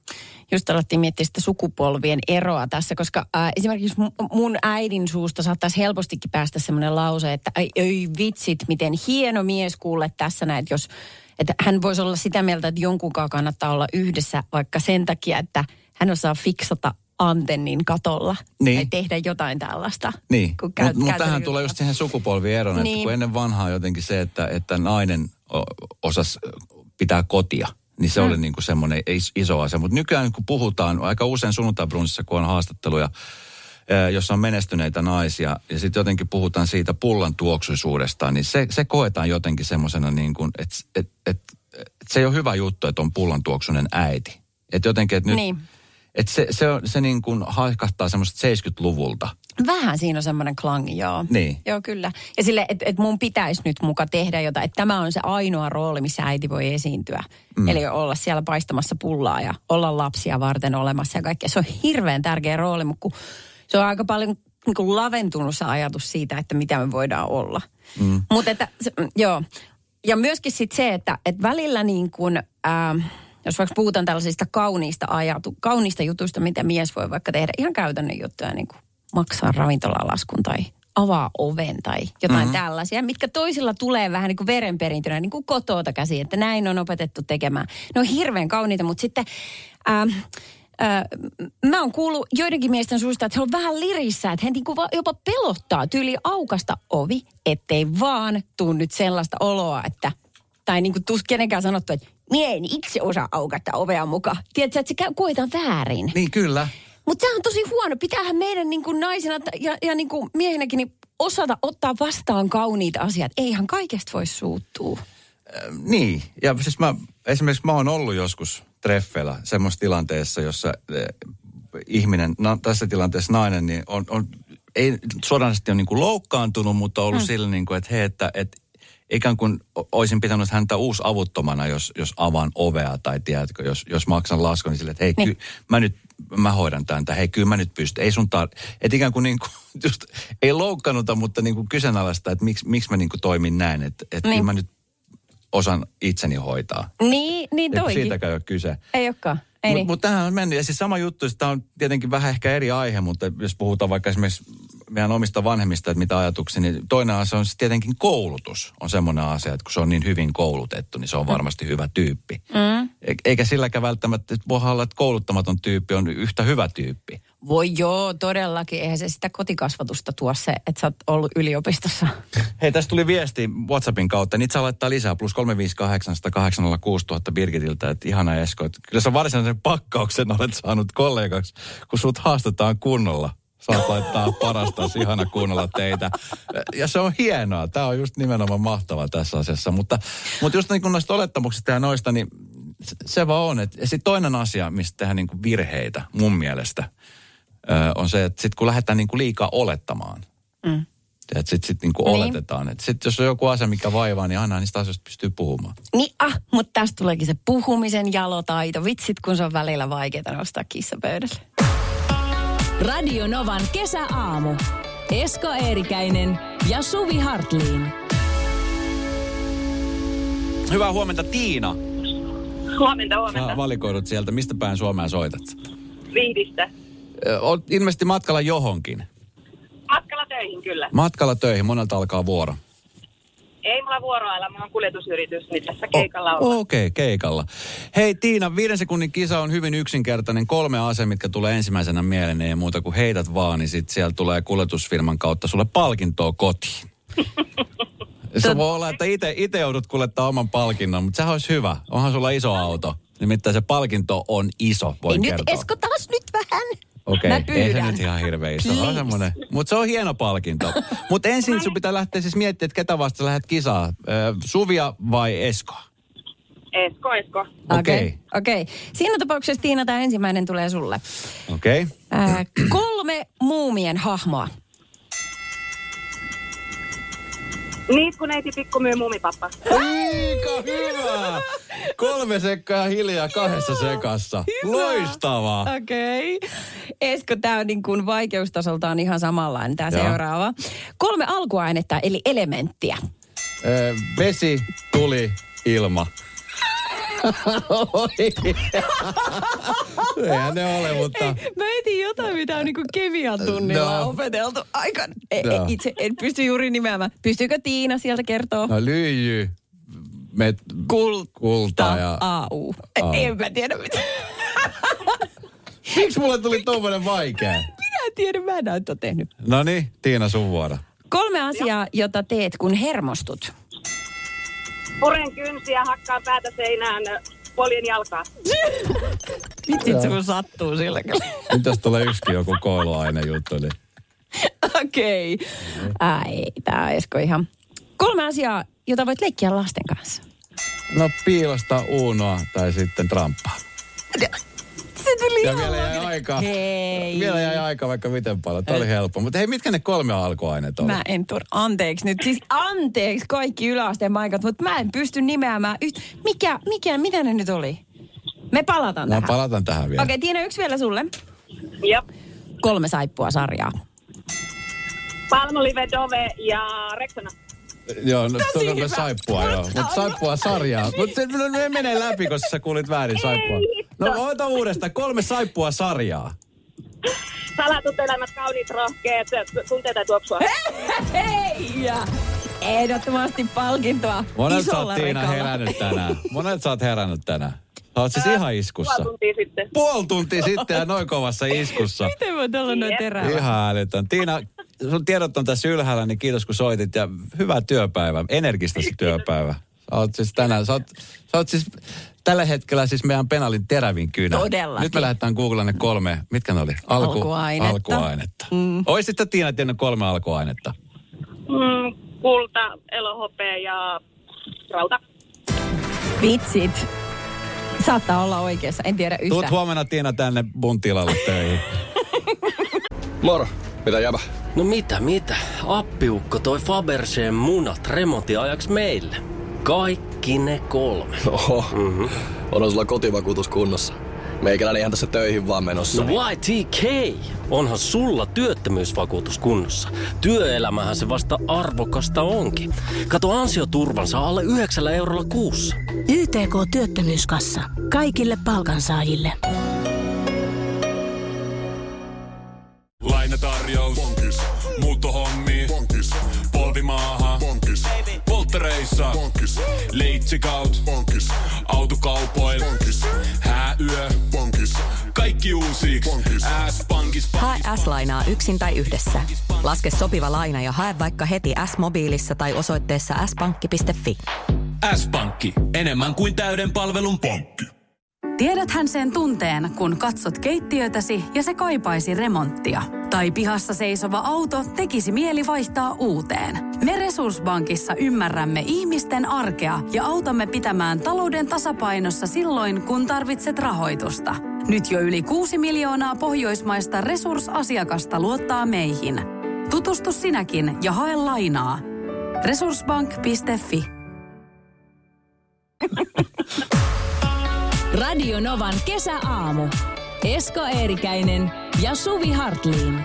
just alettiin miettiä sitä sukupolvien eroa tässä, koska äh, esimerkiksi mun äidin suusta saattaisi helpostikin päästä semmoinen lause, että ei, ei vitsit, miten hieno mies kuulle tässä näin, että jos, että hän voisi olla sitä mieltä, että jonkunkaan kannattaa olla yhdessä vaikka sen takia, että hän osaa fiksata antennin katolla niin. Tai tehdä jotain tällaista. Niin, mutta mut tähän tulee just siihen sukupolvieron, niin. Että kun ennen vanhaa jotenkin se, että, että nainen osasi pitää kotia, niin se mm. oli niin kuin semmoinen iso asia. Mutta nykyään kun puhutaan, aika usein sunnuntai-brunssissa, kun on haastatteluja, jossa on menestyneitä naisia, ja sitten jotenkin puhutaan siitä pullan tuoksuisuudesta, niin se, se koetaan jotenkin semmoisena niin kuin, että et, et, et se ei ole hyvä juttu, että on pullan tuoksunen äiti. Että jotenkin, että nyt, niin. Että se, se, on, se niin kuin haikahtaa semmoista seitsemänkymmentäluvulta. Vähän siinä on semmoinen klangi, joo. Niin. Joo, kyllä. Ja sille, että et mun pitäisi nyt muka tehdä jotain, että tämä on se ainoa rooli, missä äiti voi esiintyä. Mm. Eli olla siellä paistamassa pullaa ja olla lapsia varten olemassa ja kaikkea. Se on hirveän tärkeä rooli, mutta kun se on aika paljon niin kuin laventunut se ajatus siitä, että mitä me voidaan olla. Mm. Mutta että, se, joo. Ja myöskin sitten se, että et välillä niin kuin, äh, jos vaikka puhutaan tällaisista kauniista, ajatu, kauniista jutuista, mitä mies voi vaikka tehdä, ihan käytännön juttuja, niin kuin maksaa ravintolalaskun tai avaa oven tai jotain mm-hmm. tällaisia, mitkä toisilla tulee vähän niin kuin verenperintönä, niin kuin kotoota käsin, että näin on opetettu tekemään. Ne on hirveän kauniita, mutta sitten ähm, äh, mä oon kuullut joidenkin miesten suusta, että he on vähän lirissä, että he niin kuin jopa pelottaa tyyli aukasta ovi, ettei vaan tuu nyt sellaista oloa, että, tai niin kuin tus kenenkään sanottu, että mie en itse osaa aukata ovea mukaan. Tiedätkö, että se koetaan väärin. Niin kyllä. Mutta se on tosi huono. Pitäähän meidän niin kuin naisena ja, ja niin kuin miehenäkin niin osata ottaa vastaan kauniita asiat. Eihän kaikesta voi suuttua. Äh, niin. Ja siis mä, esimerkiksi mä oon ollut joskus treffeillä semmoisessa tilanteessa, jossa äh, ihminen, na, tässä tilanteessa nainen, niin on, on ei suoranaisesti on niin kuin loukkaantunut, mutta on ollut hmm. sillä niin kuin, että hei, että, että ikään kuin olisin pitänyt häntä uusavuttomana, jos, jos avaan ovea tai tiedätkö, jos, jos maksan laskun, niin silleen, että hei, niin. ky, mä nyt, mä hoidan tämän, tai hei, kyllä mä nyt pystyn. Ei sun tar- että ikään kuin, niin kuin just, ei loukkanuta, mutta niin kuin kyseenalaista, että miksi, miksi mä niin kuin toimin näin, että, että niin. Kyllä mä nyt osan itseni hoitaa. Niin, niin toikin. Siitäkään ei ole kyse. Ei olekaan. Mutta mut tämähän on mennyt, ja siis sama juttu, tämä on tietenkin vähän ehkä eri aihe, mutta jos puhutaan vaikka esimerkiksi meidän omista vanhemmista, että mitä ajatuksia, niin toinen asia on siis tietenkin koulutus. On semmoinen asia, että kun se on niin hyvin koulutettu, niin se on varmasti mm. hyvä tyyppi. Mm. Eikä silläkään välttämättä, että voi olla, että kouluttamaton tyyppi on yhtä hyvä tyyppi. Voi joo, todellakin. Eihän se sitä kotikasvatusta tuo se, että sä oot ollut yliopistossa. Hei, tästä tuli viesti WhatsAppin kautta. Niitä saa laittaa lisää. Plus kolme viisi kahdeksan kahdeksan nolla kuusi tuhatta Birgitiltä. Että ihana Esko. Että kyllä sä varsinaisen pakkauksen olet saanut kollegaksi, kun sut haastetaan kunnolla. Saat laittaa parasta, ihana kuunnella teitä. Ja se on hienoa. Tämä on just nimenomaan mahtavaa tässä asiassa. Mutta, mutta just niin kuin näistä olettamuksista ja noista, niin se vaan on. Että, ja sitten toinen asia, mistä tehdään niin kuin virheitä mun mielestä, on se, että sitten kun lähdetään niin kuin liikaa olettamaan. Mm. Että sitten sit niin kuin niin. oletetaan. Että sitten jos on joku asia, mikä vaivaa, niin aina niistä asioista pystyy puhumaan. Niin ah, mutta tästä tuleekin se puhumisen jalotaito. Vitsit, kun se on välillä vaikeaa nostaa kissapöydälle. Radio Novan kesäaamu. Esko Eerikäinen ja Suvi Hartliin. Hyvää huomenta, Tiina. Huomenta, huomenta. Sä valikoidut sieltä. Mistä päin Suomea soitat? Vihdistä. Olet ilmeisesti matkalla johonkin. Matkalla töihin, kyllä. Matkalla töihin. Monelta alkaa vuoro? Ei mulla vuoroilla, mulla on kuljetusyritys, niin tässä keikalla ollaan. Okei, okay, keikalla. Hei Tiina, viiden sekunnin kisa on hyvin yksinkertainen. Kolme asea, mitkä tulee ensimmäisenä mieleen, ei muuta kuin heität vaan, niin sitten siellä tulee kuljetusfirman kautta sulle palkintoa kotiin. Se voi olla, että itse joudut kuljettaa oman palkinnon, mutta sehän olisi hyvä. Onhan sulla iso auto. Nimittäin se palkinto on iso, voin ei kertoa. Nyt Esko taas nyt vähän. Okei, okay. Ei se nyt ihan hirveä iso. On semmoinen. Mutta se on hieno palkinto. Mutta ensin sun pitää lähteä siis miettimään, että ketä vasta lähdet kisaa. Äh, Suvia vai Eskoa? Esko, Esko. Okei. Okay. Okei. Okay. Siinä tapauksessa Tiina tämä ensimmäinen tulee sulle. Okei. Okay. Äh, kolme muumien hahmoa. Niit kun neiti pikku myy muumipappa. Aika hyvä! Kolme sekkaa hiljaa kahdessa sekassa. Hyvä. Loistavaa. Okei. Okay. Esko, tämä on niin kuin vaikeustasoltaan ihan samanlainen tämä seuraava. Kolme alkuainetta eli elementtiä. Ö, vesi, tuli, ilma. Eihän ne ole, mutta... Ei, mä etin jotain, mitä on niinku kemian tunnilla no. opeteltu. Aika... E, no. Itse en pysty juuri nimeämään. Pystyykö Tiina sieltä kertoa? No lyijy, met... Kulta, kulta ja... A U. A U. En mä tiedä mitä. Miksi mulle tuli tommonen vaikea? Minä en tiedä, mä en näytä tehnyt. No niin, Tiina, sun vuoro. Kolme asiaa, jota teet, kun hermostut. Puren kynsiä, hakkaan päätä seinään, poljen jalkaa. Vitsit se kun sattuu sillä kyllä. Nyt jos tulee yksikin joku kouluaine juttu, niin... Okei. Okay. Ai, tää on Esko ihan. Kolme asiaa, jota voit leikkiä lasten kanssa. No piilosta, uunoa tai sitten tramppaa. Se tuli ja vielä jäi aikaa. Hei. Vielä jäi aikaa vaikka miten paljon. Tämä oli helppo. Mutta hei, mitkä ne kolme alkuaineet oli? Mä en tur... Anteeksi nyt. Siis anteeksi kaikki yläasteen paikat, mutta mä en pysty nimeämään yhtä. Mikä, mikä, mitä ne nyt oli? Me palataan no, tähän. palataan tähän vielä. Okei, okay, Tiina, yksi vielä sulle. Jep. Kolme saippua sarjaa. Palmolive, Dove ja Rexona. Joo, no tuolla on saippua, joo. Mutta saippua sarjaa. Mutta se no, menee läpi, koska sä kuulit väärin saippua. No ota uudestaan. Kolme saippua sarjaa. Salatut elämät, kauniit, rohkeet, tunteita ja tuoksua. Hei! Ja ehdottomasti palkintoa. Monet sä oot Tiina herännyt tänään. Monet sä oot herännyt tänään. Sä oot siis ihan iskussa. Puoli tuntia sitten. Puoli tuntia sitten ja noin kovassa iskussa. Miten voit olla noin terävä? Ihan älytön. Tiina, sun tiedot on tässä ylhäällä, niin kiitos kun soitit ja hyvää työpäivää. Energistä se työpäivä. Sä oot siis tänään, sä oot, sä oot siis tällä hetkellä siis meidän penalin terävin kynä. Todellakin. Nyt me lähdetään googlaan ne kolme, mitkä ne oli? Alku, alkuainetta. Alkuainetta. Mm. Oisitte Tiina tiennyt kolme alkuainetta? Mm, kulta, elohopea ja rauta. Vitsit. Saattaa olla oikeassa, en tiedä yhtään. Tuut huomenna Tiina tänne mun tilalle töihin. Moro, mitä jäbä? No mitä, mitä? Appiukko toi Faberseen munat remontiajaksi meille. Kaikki ne kolme. Oho, mm-hmm. Onhan sulla kotivakuutus kunnossa. Meikäläni ihan tässä töihin vaan menossa. No Y T K, onhan sulla työttömyysvakuutus kunnossa. Työelämähän se vasta arvokasta onkin. Kato ansioturvansa alle yhdeksällä eurolla kuussa. Y T K-työttömyyskassa. Kaikille palkansaajille. Lainatarjous. Bonkis. Muuttohommi. Bonkis. Polvimaaha. Bonkis. Polttereissa. Bonkis. Leitsikaut. Bonkis. Autokaupoil. Bonkis. Hää yö. Pankis. Kaikki uusiiksi. S-pankis. Hae S-lainaa yksin tai yhdessä. Laske sopiva laina ja hae vaikka heti S-mobiilissa tai osoitteessa s pankki piste fi. S-pankki. Enemmän kuin täyden palvelun pankki. Tiedäthän sen tunteen, kun katsot keittiötäsi ja se kaipaisi remonttia. Tai pihassa seisova auto tekisi mieli vaihtaa uuteen. Me Resurssbankissa ymmärrämme ihmisten arkea ja autamme pitämään talouden tasapainossa silloin, kun tarvitset rahoitusta. Nyt jo yli kuusi miljoonaa pohjoismaista resursasiakasta luottaa meihin. Tutustu sinäkin ja hae lainaa. resurssbank piste fi. Radio Novan kesäaamu. Esko Eerikäinen ja Suvi Hartliin.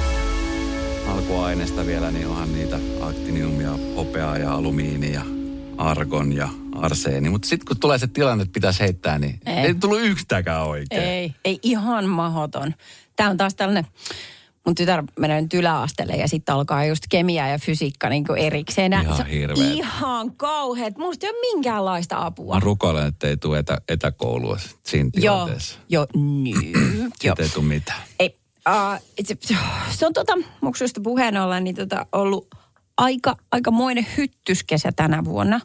Alkuaineesta vielä, niin onhan niitä aktiniumia, hopeaa ja alumiinia, argon ja arseeni. Mutta sitten kun tulee se tilanne, että pitäisi heittää, niin ei, ei tullut yhtäkään oikein. Ei, ei ihan mahdoton. Tämä on taas tällainen, mun tytär menee nyt yläasteelle ja sitten alkaa just kemia ja fysiikka niin kuin erikseen. Ihan hirveet. Ihan kauheat. Musta ei ole minkäänlaista apua. Mä rukoilen, että ei tule etä, etäkoulua siinä tilanteessa. Joo, joo, niin. Sitten ei tule mitään. Ei, uh, se, se on tota, muksuista puheen ollen, niin tota, ollut aika, aikamoinen hyttyskesä tänä vuonna.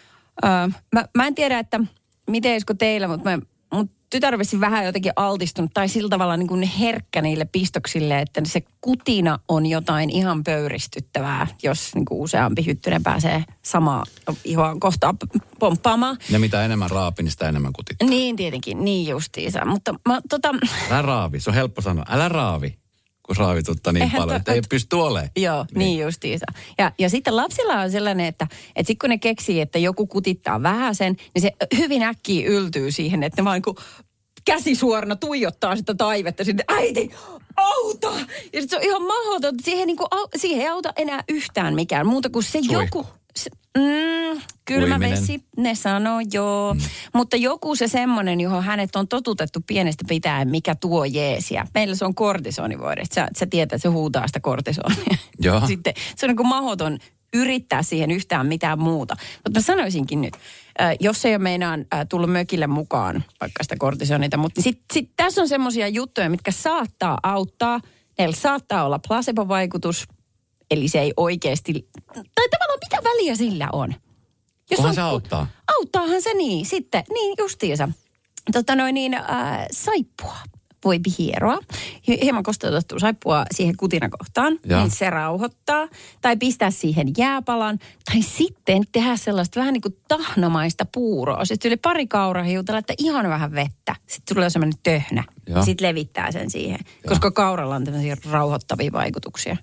Uh, mä, mä en tiedä, että miten Esko teillä, mutta mä, mun tytär rupesi vähän jotenkin altistunut tai sillä tavalla niin kuin herkkä niille pistoksille, että se kutina on jotain ihan pöyristyttävää, jos niin kuin useampi hyttynen pääsee samaa ihoa kohtaa pomppaamaan. Ja mitä enemmän raapi, niin sitä enemmän kutittaa. Niin tietenkin, niin justiinsa. Mutta mä tota... Älä raavi, se on helppo sanoa. Älä raavi, kun raavituttaa niin Eihän paljon, to, että ei pysty olemaan. Joo, niin, niin justiinsa. Ja, ja sitten lapsilla on sellainen, että, että sitten kun ne keksii, että joku kutittaa vähäsen, niin se hyvin äkkiä yltyy siihen, että ne vaan niin käsisuorana tuijottaa sitä taivetta sinne, äiti, auta! Ja sitten se on ihan mahdotonta, siihen, niin kuin, siihen ei auta enää yhtään mikään muuta kuin se Suihku. joku... Se, mm, kylmä vesi, ne sanoo joo. Mm. Mutta joku se semmoinen, johon hänet on totutettu pienestä pitäen, mikä tuo jeesiä. Meillä se on kortisonivoide. Sä, sä tiedät, että se huutaa sitä kortisonia. Joo. Sitten se on niin kuin mahdoton yrittää siihen yhtään mitään muuta. Mutta mä sanoisinkin nyt, äh, jos ei ole meinaan äh, tullut mökille mukaan vaikka sitä kortisonita, mutta sitten sit tässä on semmoisia juttuja, mitkä saattaa auttaa. Meillä saattaa olla placebo-vaikutus, eli se ei oikeasti, tai tavallaan mitä väliä sillä on? Jos Kunhan on, se auttaa. Auttaahan se niin, sitten, niin justiinsa. Tota noin niin, äh, saippua voi hieroa. Hieman kosteutettua saippua siihen kutinakohtaan, ja. Niin se rauhoittaa. Tai pistää siihen jääpalan. Tai sitten tehdä sellaista vähän niin kuin tahnomaista puuroa. Sitten yli pari kaurahiutalla, että ihan vähän vettä. Sitten tulee sellainen töhnä. Ja sitten levittää sen siihen. Ja. Koska kauralla on tämmöisiä rauhoittavia vaikutuksia.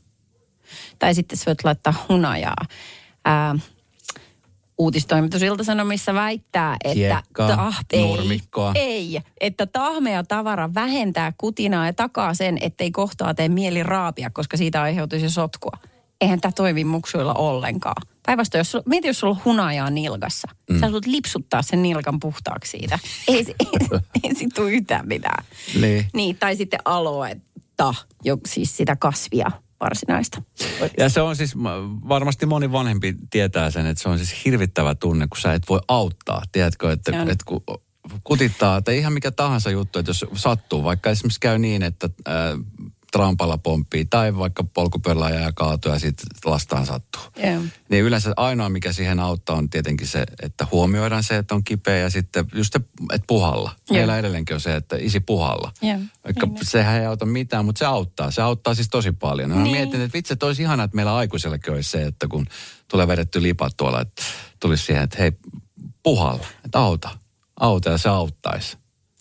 Tai sitten sä voit laittaa hunajaa. Ää, uutistoimitus Ilta-Sanomissa väittää, että Hiekkaa, tah, nurmikkoa. Ei, ei, että tahmea tavara vähentää kutinaa ja takaa sen, ettei kohtaa tee mieli raapia, koska siitä aiheutuisi sotkua. Eihän tämä toimi muksuilla ollenkaan. Päinvastoin, jos mieti, jos sulla on hunajaa nilkassa. Mm. Sä haluat lipsuttaa sen nilkan puhtaaksi siitä. Ei, ei, ei, ei siitä tule yhtään mitään. Niin. Niin, tai sitten aloetta, jo, siis sitä kasvia. Varsinaista. Ja se on siis, varmasti moni vanhempi tietää sen, että se on siis hirvittävä tunne, kun sä et voi auttaa. Tiedätkö, että, että kun kutittaa, tai ihan mikä tahansa juttu, että jos sattuu, vaikka esimerkiksi käy niin, että ää, trampalla pomppii, tai vaikka polkupyörällä jää kaatuu ja sitten lastaan sattuu. Yeah. Niin yleensä ainoa, mikä siihen auttaa, on tietenkin se, että huomioidaan se, että on kipeä, ja sitten just se, että puhalla. Yeah. Meillä edelleenkin on se, että isi puhalla. Yeah. Vaikka niin. Sehän ei auta mitään, mutta se auttaa. Se auttaa siis tosi paljon. Niin. Mä mietin, että vitsi, että olisi ihanaa, että meillä aikuisillakin olisi se, että kun tulee vedetty lipat tuolla, että tulisi siihen, että hei, puhalla, että auta. Auta ja se auttaisi.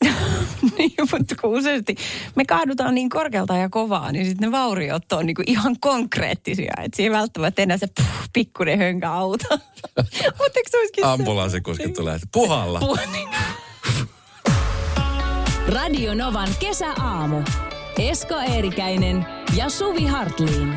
Niin, mutta kun useasti me kaadutaan niin korkealta ja kovaa, niin sitten ne vauriot on niinku ihan konkreettisia. Että siinä ei välttämättä enää se puh, pikkuinen hönkä auta. Mutta eikö se olisikin ambulanssi-kuski tulee, että puhalla. Puh- Radio Novan kesäaamu. Esko Eerikäinen ja Suvi Hartliin.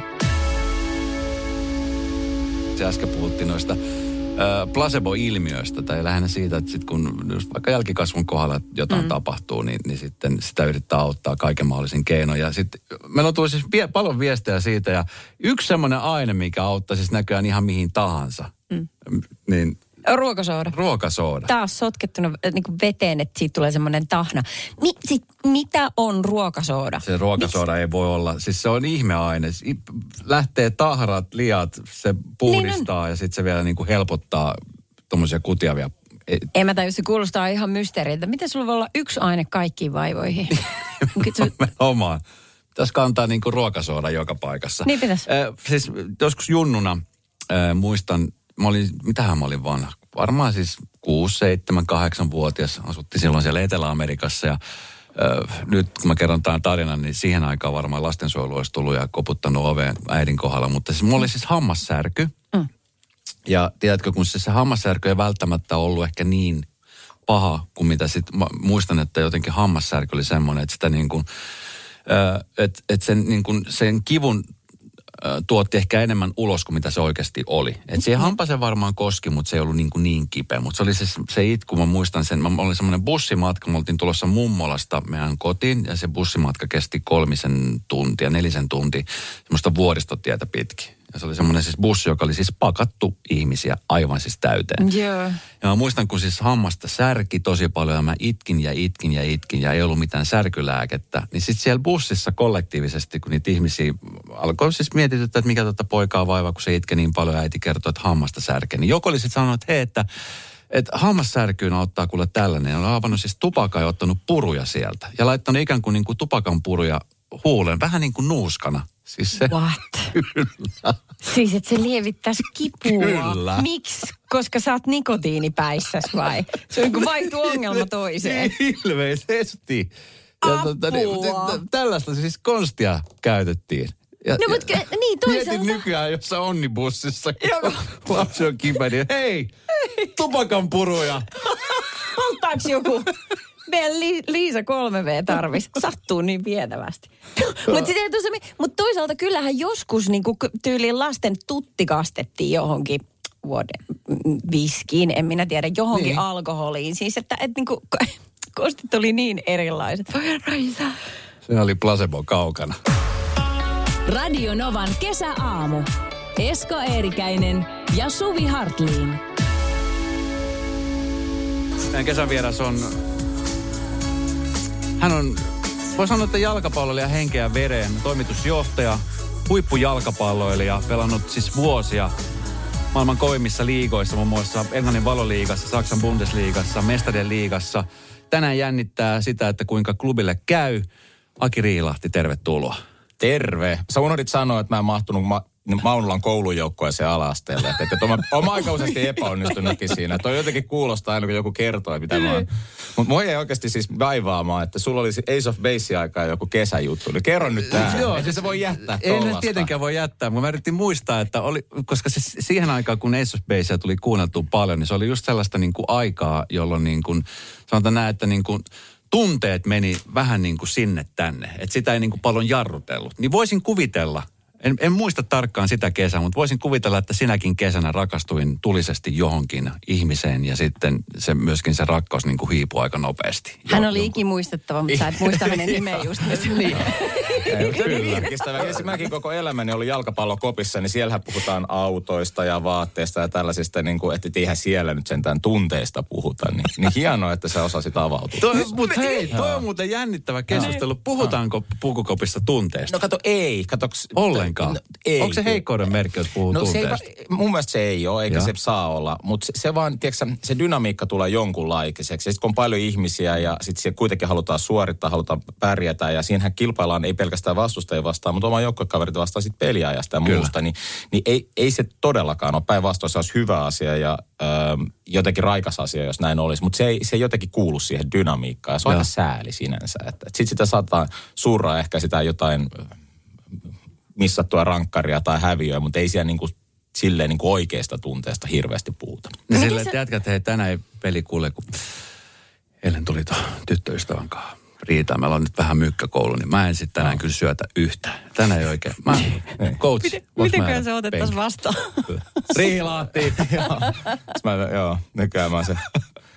Se äsken puhuttiin noista placebo-ilmiöistä tai lähinnä siitä, että sit kun jos vaikka jälkikasvun kohdalla jotain mm. tapahtuu, niin, niin sitten sitä yrittää auttaa kaiken mahdollisin keinoin. Ja sitten meillä on tullut siis vie, paljon viestejä siitä ja yksi semmoinen aine, mikä auttaa siis näköjään ihan mihin tahansa, mm. niin Ruokasooda. Ruokasooda. Taas sotkettuna niin kuin veteen, että siitä tulee semmoinen tahna. Mi, sit, mitä on ruokasooda? Se ruokasooda Miks? Ei voi olla, siis se on ihmeaine. Lähtee tahrat, liat, se puhdistaa niin ja sitten se vielä niin kuin helpottaa tuommoisia kutiavia. En mä tajua, se kuulostaa ihan mysteeriltä. Miten sulla voi olla yksi aine kaikkiin vaivoihin? Omaan. Pitäisi kantaa niin kuin ruokasooda joka paikassa. Niin pitäisi. Äh, siis joskus junnuna äh, muistan, mä olin, mitähän mä olin vanha? Varmaan siis kuusi, seitsemän, kahdeksan vuotias. Asuttiin silloin siellä Etelä-Amerikassa ja äh, nyt kun mä kerron tämän tarinan, niin siihen aikaan varmaan lastensuojelu olisi tullut ja koputtanut oveen äidin kohdalla. Mutta siis mulla oli siis hammassärky. Mm. Ja tiedätkö, kun se, se hammassärky ei välttämättä ollut ehkä niin paha kuin mitä sitten, muistan, että jotenkin hammassärky oli semmoinen, että sitä niin kuin, että et sen, niin kuin, sen kivun tuotti ehkä enemmän ulos kuin mitä se oikeasti oli. Että siihen hampaaseen varmaan koski, mutta se ei ollut niin, kuin niin kipeä. Mutta se oli se, se itku, mä muistan sen, mä olin semmoinen bussimatka, me oltiin tulossa mummolasta meidän kotiin ja se bussimatka kesti kolmisen tuntia, nelisen tuntia, semmoista vuoristotietä pitkin. Ja se oli semmoinen siis bussi, joka oli siis pakattu ihmisiä aivan siis täyteen. Yeah. Ja mä muistan, kun siis hammasta särki tosi paljon ja mä itkin ja itkin ja itkin ja ei ollut mitään särkylääkettä. Niin sitten siellä bussissa kollektiivisesti, kun niitä ihmisiä alkoi siis mietityttää, että mikä tätä poikaa vaivaa, kun se itke niin paljon, äiti kertoi, että hammasta särkee. Niin joku oli sitten sanonut, että hei, että, että hammassärkyyn auttaa kuule tällainen. Ja on avannut siis tupakan ja ottanut puruja sieltä. Ja laittanut ikään kuin, niin kuin tupakan puruja huuleen, vähän niin kuin nuuskana. Siis se, What? Kyllä. Siis, että se lievittäisi kipua. Kyllä. Miksi? Koska sä oot nikotiinipäissäs vai? Se on kuin vaihtuu ongelma toiseen. Ilmeisesti. Ja tota, niin, tällaista siis konstia käytettiin. Ja, no mutta ja, niin toisaalta. Mietin nykyään, jossa onnibussissa, kun lapsi on kipeä, niin hei, tupakan puruja. Auttaako joku? Meidän Li- Liisa kolme V tarvisi. Sattuu niin vietävästi. Mutta mut toisaalta kyllähän joskus niinku tyyliin lasten tutti kastettiin johonkin vuoden viskiin, en minä tiedä, johonkin niin. alkoholiin. Siis että et niinku, kostit oli niin erilaiset. Voi Raisa. Se oli placebo kaukana. Radio Novan kesäaamu. Esko Eerikäinen ja Suvi Hartliin. Meidän kesän vieras on... Hän on, voi sanoa, että jalkapalloilija henkeä vereen, toimitusjohtaja, huippujalkapalloilija, pelannut siis vuosia maailman kovimmissa liigoissa, muun muassa Englannin Valoliigassa, Saksan Bundesliigassa, Mestarien liigassa. Tänään jännittää sitä, että kuinka klubille käy. Aki Riilahti, tervetuloa. Terve. Sä unohdit sanoa, että mä en mahtunut ma- Maunulan koulujoukkueeseen ala-asteelle. Että, että on oma-aikaisesti epäonnistunutkin siinä. Toi jotenkin kuulostaa aina, kun joku kertoo, mitä mä oon. Mutta mua ei oikeasti siis vaivaamaan, että sulla olisi Ace of Base-aikaa joku kesäjuttu. Niin kerro nyt tää. Joo, siis se voi jättää tollasta. Ei nyt tietenkään voi jättää, mutta mä yritin muistaa, että oli, koska se, siihen aikaan, kun Ace of Basea tuli kuunneltua paljon, niin se oli just sellaista niin kuin aikaa, jolloin niin kuin, sanotaan näin, että niin kuin tunteet meni vähän niin kuin sinne tänne. Että sitä ei niin kuin paljon jarrutellut. Niin voisin kuvitella, En, en muista tarkkaan sitä kesää, mutta voisin kuvitella, että sinäkin kesänä rakastuin tulisesti johonkin ihmiseen ja sitten se, myöskin se rakkaus niin kuin hiipui aika nopeasti. Hän jo, oli jonkun... ikimuistettava, mutta sä et muista hänen nimeä just nyt. Niin. Kyllä. Mäkin koko elämäni oli jalkapallokopissa, niin siellähän puhutaan autoista ja vaatteista ja tällaisista, niin kuin, että eihän siellä nyt sentään tunteista puhuta. Niin, niin hienoa, että sä osasit avautua. Mutta hei, toi on muuten jännittävä keskustelu. Puhutaanko pukukopissa tunteista? No kato, ei. Katoks, Ollenkaan. No, ei. Onko se heikkouden merkki, että puhuu no, tunteesta? Se ei, mun mielestä se ei ole, eikä ja. se saa olla. Mutta se, se vaan, tiedätkö, se dynamiikka tulee jonkunlaikiseksi. Sitten kun on paljon ihmisiä ja sitten siellä kuitenkin halutaan suorittaa, halutaan pärjätä. Ja siinähän kilpaillaan ei pelkästään vastustajia vastaan, mutta oma joukkuekaverit vastaan sitten peliajasta ja Kyllä. muusta. Niin, niin ei, ei se todellakaan ole. Päinvastoin se olisi hyvä asia ja ö, jotenkin raikas asia, jos näin olisi. Mutta se ei, se ei jotenkin kuulu siihen dynamiikkaan. Ja se on ja. aika sääli sinänsä. Sitten sitä saattaa surraa ehkä sitä jotain... missattua rankkaria tai häviöä, mutta ei siellä niinku, silleen niinku oikeasta tunteesta hirveästi puhuta. Ja silleen, että jätkät, että hei, tänään ei peli kuule, kun eilen tuli tuon tyttöystävän kanssa riitaa. Meillä on nyt vähän mykkäkoulu, niin mä en sitten tänään no. kyllä syötä yhtään. Tänään ei oikein. Mä, coach. Miten, mitenkään se otettaisiin vastaan? Riilahti. joo. Mä, joo, nykyään mä se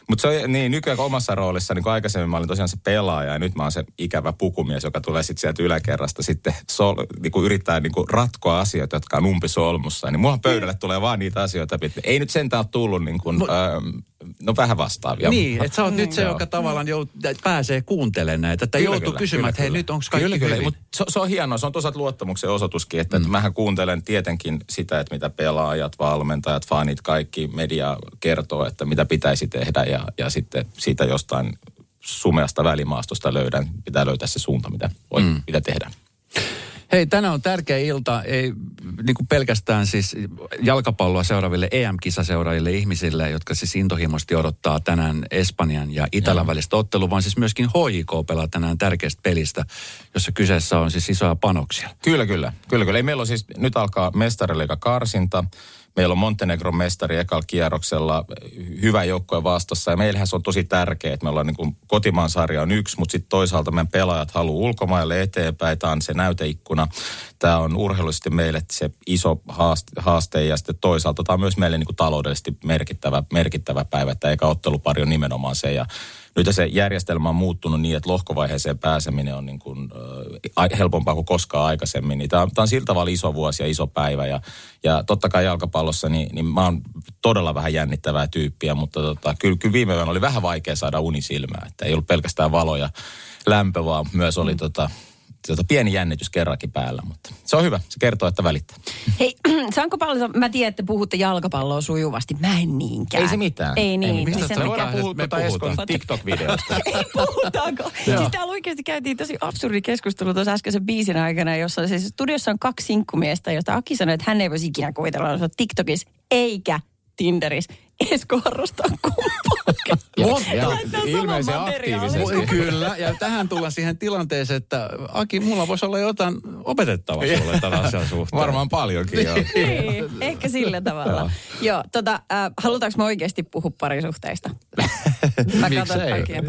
Mutta se on niin, nykyään omassa roolissa, niin kuin aikaisemmin mä olin tosiaan se pelaaja ja nyt mä oon se ikävä pukumies, joka tulee sitten sieltä yläkerrasta sitten sol, niin kuin yrittää niin kuin ratkoa asioita, jotka on umpisolmussa. Niin mulla pöydälle tulee vaan niitä asioita. Ei nyt sentään ole tullut niin kuin, no, ähm, no vähän vastaavia. Niin, että sä oot mm. nyt se, joka tavallaan jout, pääsee kuuntelemaan näitä. Että kyllä, joutuu kyllä, kysymään, kyllä, että hei kyllä. Nyt onko kaikki kyllä, kyllä, mutta se, se on hienoa, se on toisaalta luottamuksen osoituskin, että, mm. että mähän kuuntelen tietenkin sitä, että mitä pelaajat, valmentajat, fanit, kaikki media kertoo, että mitä pitäisi tehdä ja, ja sitten siitä jostain sumeasta välimaastosta löydän, pitää löytää se suunta, mitä, voi, mm. mitä tehdään. Hei, tänään on tärkeä ilta, ei niin kuin pelkästään siis jalkapalloa seuraaville E M-kisaseuraajille ihmisille, jotka siis intohimoisesti odottaa tänään Espanjan ja Italian välistä ottelua, vaan siis myöskin H J K pelaa tänään tärkeästä pelistä, jossa kyseessä on siis isoja panoksia. Kyllä, kyllä. kyllä, kyllä. Ei, meillä on siis, nyt alkaa mestariliiga karsinta. Meillä on Montenegron mestari ekalla kierroksella, hyvä joukkue vastassa ja meillähän se on tosi tärkeää, että me ollaan niin kuin kotimaan sarja on yksi, mutta sitten toisaalta meidän pelaajat haluaa ulkomaille eteenpäin, tämä on se näyteikkuna. Tämä on urheilullisesti meille se iso haaste, haaste ja sitten toisaalta tämä on myös meille niin kuin taloudellisesti merkittävä, merkittävä päivä, että eikä ottelupari on nimenomaan se ja nyt se järjestelmä on muuttunut niin, että lohkovaiheeseen pääseminen on niin kuin, äh, helpompaa kuin koskaan aikaisemmin. Niin tämä, on, tämä on sillä tavalla iso vuosi ja iso päivä. Ja, ja totta kai jalkapallossa, niin, niin mä oon todella vähän jännittävää tyyppiä, mutta tota, kyllä, kyllä viime yönä oli vähän vaikea saada unisilmää. Että ei ollut pelkästään valo ja lämpö, vaan myös oli mm. tota, tota, pieni jännitys kerrankin päällä. Mutta se on hyvä, se kertoo, että välittää. Hei, saanko paljon, mä tiedän, että puhutte jalkapalloa sujuvasti. Mä en niinkään. Ei se mitään. Ei niin. Ei, mistä me voidaan puhua tuota Eskon TikTok-videosta. Ei puhutaanko? Siis täällä oikeasti käytiin tosi absurdi keskustelu tuossa äskeisen biisin aikana, jossa siis studiossa on kaksi sinkkumiestä, josta Aki sanoi, että hän ei voisi ikinä kuvitella olla TikTokissa eikä Tinderissä. Esko harrastaa kumpaakin. Mutta ilmeisen aktiivisesti. Kyllä, ja tähän tullaan siihen tilanteeseen, että Aki, mulla voisi olla jotain opetettavaa sulle tällä asian suhteen. Varmaan paljonkin, joo. Niin, ehkä sillä tavalla. Joo, joo tota, äh, halutaanko me oikeasti puhua parisuhteista? Mä katson Akia.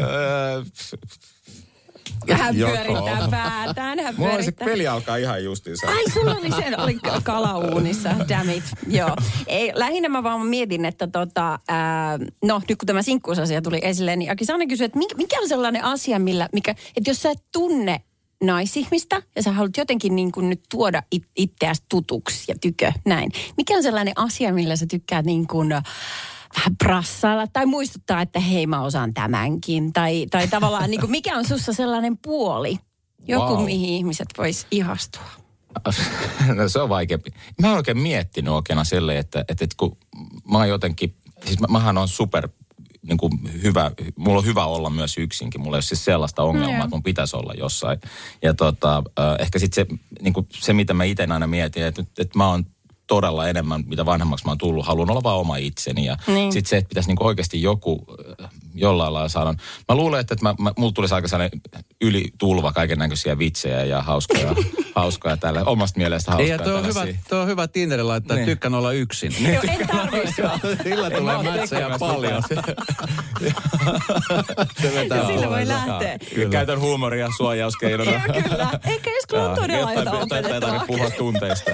Hän pyörittää päätään, hän Mulla oli se peli alkaa ihan justiinsa. Ai, sulla oli se, oli kalauunissa, damn it. Joo. Ei, lähinnä mä vaan mietin, että tota, ää, no nyt kun tämä sinkkuusasia tuli esille, niin Aki Saane kysyi, että mikä on sellainen asia, millä, mikä, että jos sä et tunne naisihmistä ja sä haluat jotenkin niin kuin nyt tuoda it, itseäsi tutuksi ja tykö, näin. Mikä on sellainen asia, millä sä tykkäät niin kuin vähän brassailla tai muistuttaa, että hei mä osaan tämänkin. Tai, tai tavallaan niin kuin, mikä on sussa sellainen puoli, joku wow. mihin ihmiset vois ihastua? No, se on vaikeampi. Mä oon oikein miettinyt oikein silleen, että, että, että kun mä oon jotenkin, siis mä, mähän on super niin kuin hyvä, mulla on hyvä olla myös yksinkin. Mulla ei ole siis sellaista ongelmaa, no, että mun pitäisi olla jossain. Ja tota, äh, ehkä sitten se, niin kuin se, mitä mä itse aina mietin, että, että mä oon todella enemmän, mitä vanhemmaksi mä oon tullut, haluan olla vaan oma itseni. Ja niin. Sitten se, että pitäisi niinku oikeasti joku jollain lailla saada. Mä luulen, että mä, mä, mulla tulisi aika sellainen ylitulva kaiken näköisiä vitsejä ja hauskoja, hauskoja tällä omasta mielestä hauskoja. Ei, tuo on hyvä, tuo on hyvä Tinderillä laittaa, niin. Tykkään olla yksin. Niin. Joo, en tarvitse. Sillä tulee mätsejä paljon. Se vetää sillä voi lähteä. Käytän huumoria suojauskeinona. Joo, kyllä. Eikä jos kyllä on todella jotain opetettavaa. Ei tarvitse puhua tunteista.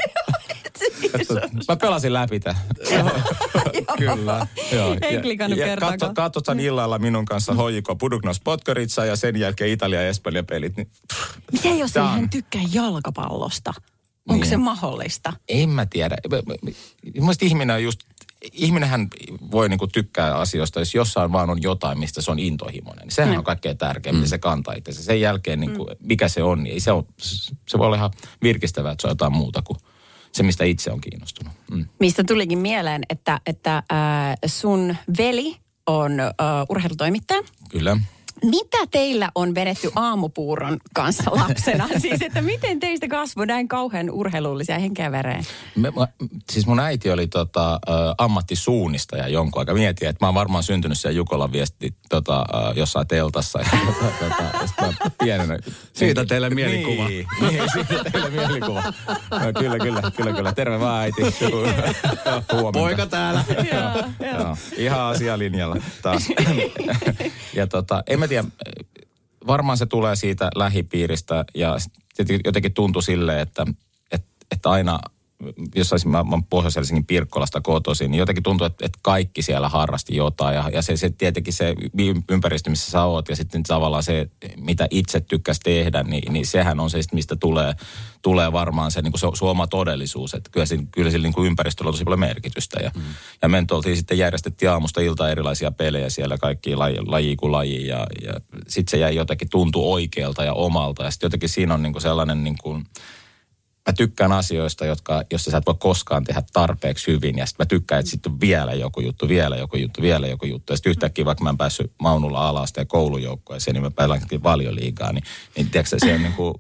Mä pelasin läpi tämän. Kyllä. Ei klikannut kertaakaan. Katsotaan illalla minun kanssa H J K Buduknos Podgorica ja sen jälkeen Italia ja Espanja pelit. Niin, mitä jos ei hän tykkää jalkapallosta? Onko niin. se mahdollista? En mä tiedä. Mielestäni ihminen on just, ihminenhän voi niinku tykkää asioista, jos jossain vaan on jotain, mistä se on intohimoinen. Sehän mm. on kaikkein tärkein, mm. se kantaa itse. Sen jälkeen, niinku, mm. mikä se on, niin se, on, se voi olla ihan virkistävää, että se on jotain muuta kuin se, mistä itse on kiinnostunut. Mm. Mistä tulikin mieleen, että, että äh, sun veli on äh, urheilutoimittaja. Kyllä. Mitä teillä on vedetty aamupuuron kanssa lapsena? Siis, että miten teistä kasvoi näin kauhean urheilullisia henkeä vereen? Me, mä, siis mun äiti oli tota, ä, ammattisuunnistaja jonkun aika. Mietin, että mä oon varmaan syntynyt siellä Jukolan viesti tota, ä, jossain teltassa. Ja, tota, tota, pienenä. Siitä teille mielikuva. Niin, niin siitä teille mielikuva. No, kyllä, kyllä, kyllä, kyllä. Terve vaan äiti. Poika täällä. Joo, joo. Ihan asialinjalla taas. Ja tota, en mä tiedä, varmaan se tulee siitä lähipiiristä ja jotenkin tuntui silleen, että, että, että aina jossain mä, mä oon Pohjois-Helsingin Pirkkolasta kotoisin, niin jotenkin tuntuu, että, että kaikki siellä harrasti jotain. Ja, ja se, se tietenkin se ympäristö, missä sä oot, ja sitten tavallaan se, mitä itse tykkäs tehdä, niin, niin sehän on se, mistä tulee, tulee varmaan se, niin kuin se, se oma todellisuus. Että kyllä, kyllä sillä niin kuin ympäristöllä on tosi paljon merkitystä. Ja, mm. ja me oltiin sitten järjestettiin aamusta iltaan erilaisia pelejä siellä, kaikki laji, laji kuin laji. Ja, ja sitten se jäi jotenkin tuntu oikealta ja omalta. Ja sitten jotenkin siinä on niin kuin sellainen... Niin kuin, mä tykkään asioista, jotka, jossa sä et voi koskaan tehdä tarpeeksi hyvin. Ja sitten mä tykkään, että sitten on vielä joku juttu, vielä joku juttu, vielä joku juttu. Ja sitten yhtäkkiä, vaikka mä en päässyt Maunulla ala-asteen koulujoukkoeseen, niin mä päällänkin Valioliigaan. Niin, niin tiedätkö se on niin kuin...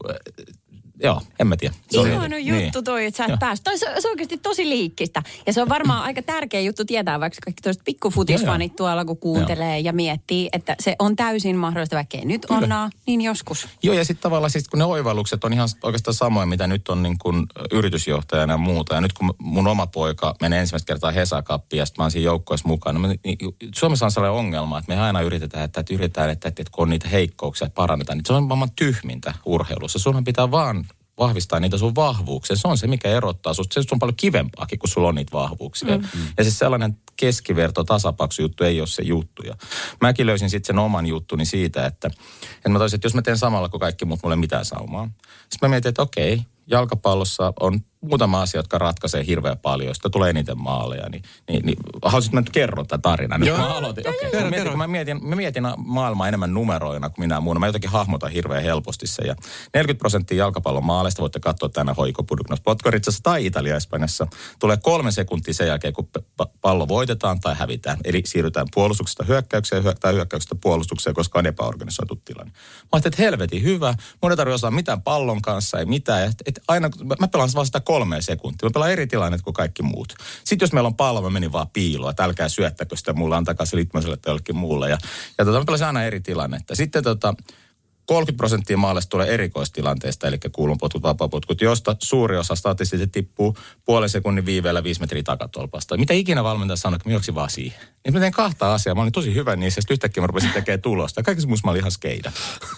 Joo, en mä tiedä. Ihana juttu toi, että sä et päästä. Toi se, se on oikeasti tosi liikkistä. Ja se on varmaan aika tärkeä juttu tietää, vaikka kaikki toiset pikkufutisfanit tuolla, kun kuuntelee ja miettii, että se on täysin mahdollista, vaikka ei nyt onnaa, niin joskus. Joo, ja sitten tavallaan siis, kun ne oivallukset on ihan oikeastaan samoja, mitä nyt on niin kuin yritysjohtajana ja muuta. Ja nyt kun mun oma poika menee ensimmäistä kertaa Hesa-kappiin ja sitten mä oon siinä joukkoissa mukana. Niin Suomessa on sellainen ongelma, että me aina yritetään, että, että yritetään, että, että, että kun on niitä heikkouksia, että parannetaan. Niin se on maailman tyhmintä urheilussa. Sunhan pitää vaan vahvistaa niitä sun vahvuuksia. Se on se, mikä erottaa susta. Se on paljon kivempaakin, kun sulla on niitä vahvuuksia. Mm-hmm. Ja siis sellainen keskiverto, tasapaksu juttu ei ole se juttu. Ja mäkin löysin sitten sen oman juttuni siitä, että, että mä toisin, että jos mä teen samalla kuin kaikki muut, mulla ei mitään saumaa. Sitten mä mietin, että okei, jalkapallossa on muutama asia, jotka ratkaisee hirveän paljon, josta tulee eniten maaleja. Niin, niin, niin haluaisit, että mä nyt kerron tämän tarinan. Nyt mä aloitin. Okay. Kerro, mä, mietin, kerro. mä, mietin, mä mietin maailmaa enemmän numeroina kuin minä muuna. Mä jotenkin hahmotan hirveän helposti se. Ja neljäkymmentä prosenttia jalkapallon maaleista, voitte katsoa tänä Hoiko Buduknos Podgoricassa tai Italia-Espanjassa, tulee kolme sekuntia sen jälkeen, kun pallo voitetaan tai hävitään. Eli siirrytään puolustuksesta hyökkäykseen tai hyökkäyksestä puolustukseen, koska on epäorganisoitu tilanne. Mä ajattelin, että helvetin hyvä. Mun ei tarvitse osaa mitään pallon kanssa, ei mitään. Et, et aina, mä pelaan vaan sitä kolme sekuntia. Mä pelaan eri tilannet kuin kaikki muut. Sitten jos meillä on pallo, mä menin vaan piiloon, että älkää syöttäkö sitä mulle, antakaa se Litmaselle tai jollekin muulle. Ja, ja tota, mä pelasin aina eri tilannetta. Sitten tota, kolmekymmentä prosenttia maaleista tulee erikoistilanteesta, eli kuulunpotkut, vapaapotkut, josta suuri osa statistisesti tippuu puolen sekunnin viiveellä viisi metriä takatolpasta. Mitä ikinä valmentaja sanoi, että mä juoksin vaan siihen. Ja mä tein kahta asiaa, mä olin tosi hyvä niissä, ja sitten yhtäkkiä mä rupesin tekemään tulosta. Kaikissa muussa mä olin ihan skeida.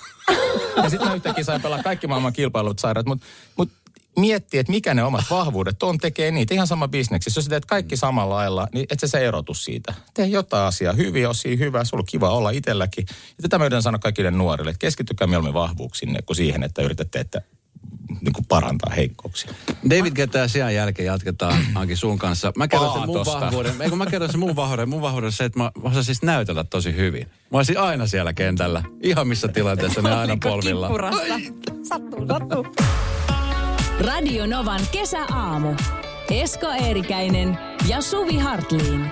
Ja sitten mä yhtäkkiä sain pelaa kaikki maailman kilpailut sairaat, mutta mut miettii, että mikä ne omat vahvuudet on, tekee niitä ihan sama bisneksissä. Jos sä teet kaikki samalla lailla, niin et sä se erotu siitä. Tee jotain asiaa, hyviä osia, hyvää, sulla on kiva olla itselläkin. Ja tätä mä yritän sanoa kaikille nuorille, että keskittykää mieluummin vahvuuksinne kuin siihen, että yritätte että, niin kuin parantaa heikkouksia. David Getää sijan jälkeen jatketaan Anki sun kanssa. Mä kerron sen mun vahvuuden. Eikö mä kerron sen mun vahvuuden? Mun vahvuuden se, että mä osaan siis näytellä tosi hyvin. Mä olisin aina siellä kentällä. Ihan missä tilanteessa ne aina polvilla. Sattuu, sattuu. Radio Novan kesäaamu. Esko Eerikäinen ja Suvi Hartliin.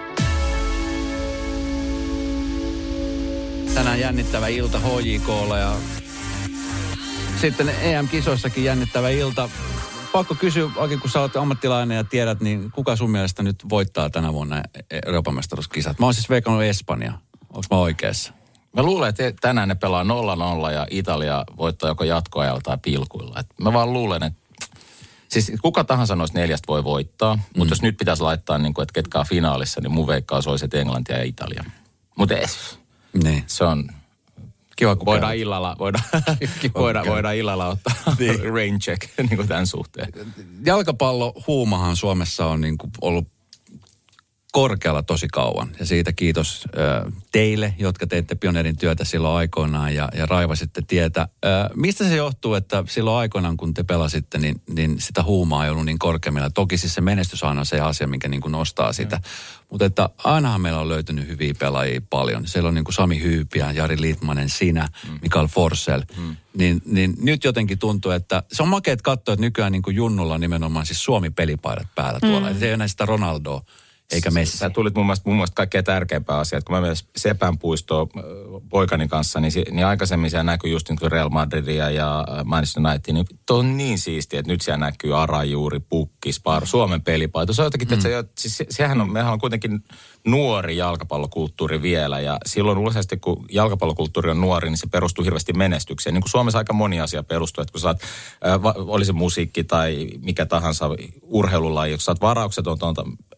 Tänään jännittävä ilta H J K:lla ja sitten E M-kisoissakin jännittävä ilta. Pakko kysyä, oikein kun sä oot ammattilainen ja tiedät, niin kuka sun mielestä nyt voittaa tänä vuonna Euroopan mestaruuskisat? Mä oon siis veikannut Espanja. Onko mä oikeassa? Mä luulen, että tänään ne pelaa nolla nolla ja Italia voittaa joko jatkoajalla tai pilkuilla. Et mä vaan luulen, että siis kuka tahansa noista neljästä voi voittaa, mm. mutta jos nyt pitäisi laittaa, niin kuin, että ketkä on finaalissa, niin mun veikkaus olisi, että Englantia ja Italia. Mutta niin. Se on... Kiva, voidaan illalla, voidaan, voidaan, voidaan illalla ottaa niin. rain check niin kuin tämän suhteen. Jalkapallohuumahan Suomessa on niin kuin ollut korkealla tosi kauan. Ja siitä kiitos äh, teille, jotka teitte pioneerin työtä silloin aikoinaan ja, ja raivasitte tietä. Äh, mistä se johtuu, että silloin aikoinaan, kun te pelasitte, niin, niin sitä huumaa ei ollut niin korkeammilla. Toki siis se menestys aina on se asia, minkä niin kuin nostaa sitä. Mm. Mutta että ainahan meillä on löytynyt hyviä pelaajia paljon. Siellä on niin kuin Sami Hyypiä, Jari Litmanen, sinä, mm. Mikael Forsell. Mm. Niin, niin nyt jotenkin tuntuu, että se on makeet katsoa, että nykyään niin kuin junnulla on nimenomaan siis Suomi-pelipaidat päällä tuolla. Mm. Se ei ole näistä Ronaldoa. Eikä Messi. Sä tulit mun mielestä, mun mielestä kaikkein tärkeimpää asiaa, kun mä menen Sepänpuistoon poikani kanssa, niin, niin aikaisemmin siellä näkyy just niin kuin Real Madridia ja Manchester United, niin tuo on niin siistiä, että nyt siellä näkyy Arajuuri, Pukki, Spar, Suomen pelipaita. Se on jotenkin, mm. että se, siis sehän on, mehän on kuitenkin nuori jalkapallokulttuuri vielä, ja silloin useasti, kun jalkapallokulttuuri on nuori, niin se perustuu hirveästi menestykseen. Niin kuin Suomessa aika moni asia perustuu, että kun sä oot, äh, oli se musiikki tai mikä tahansa urheilulaji, jos sä oot varauksetonta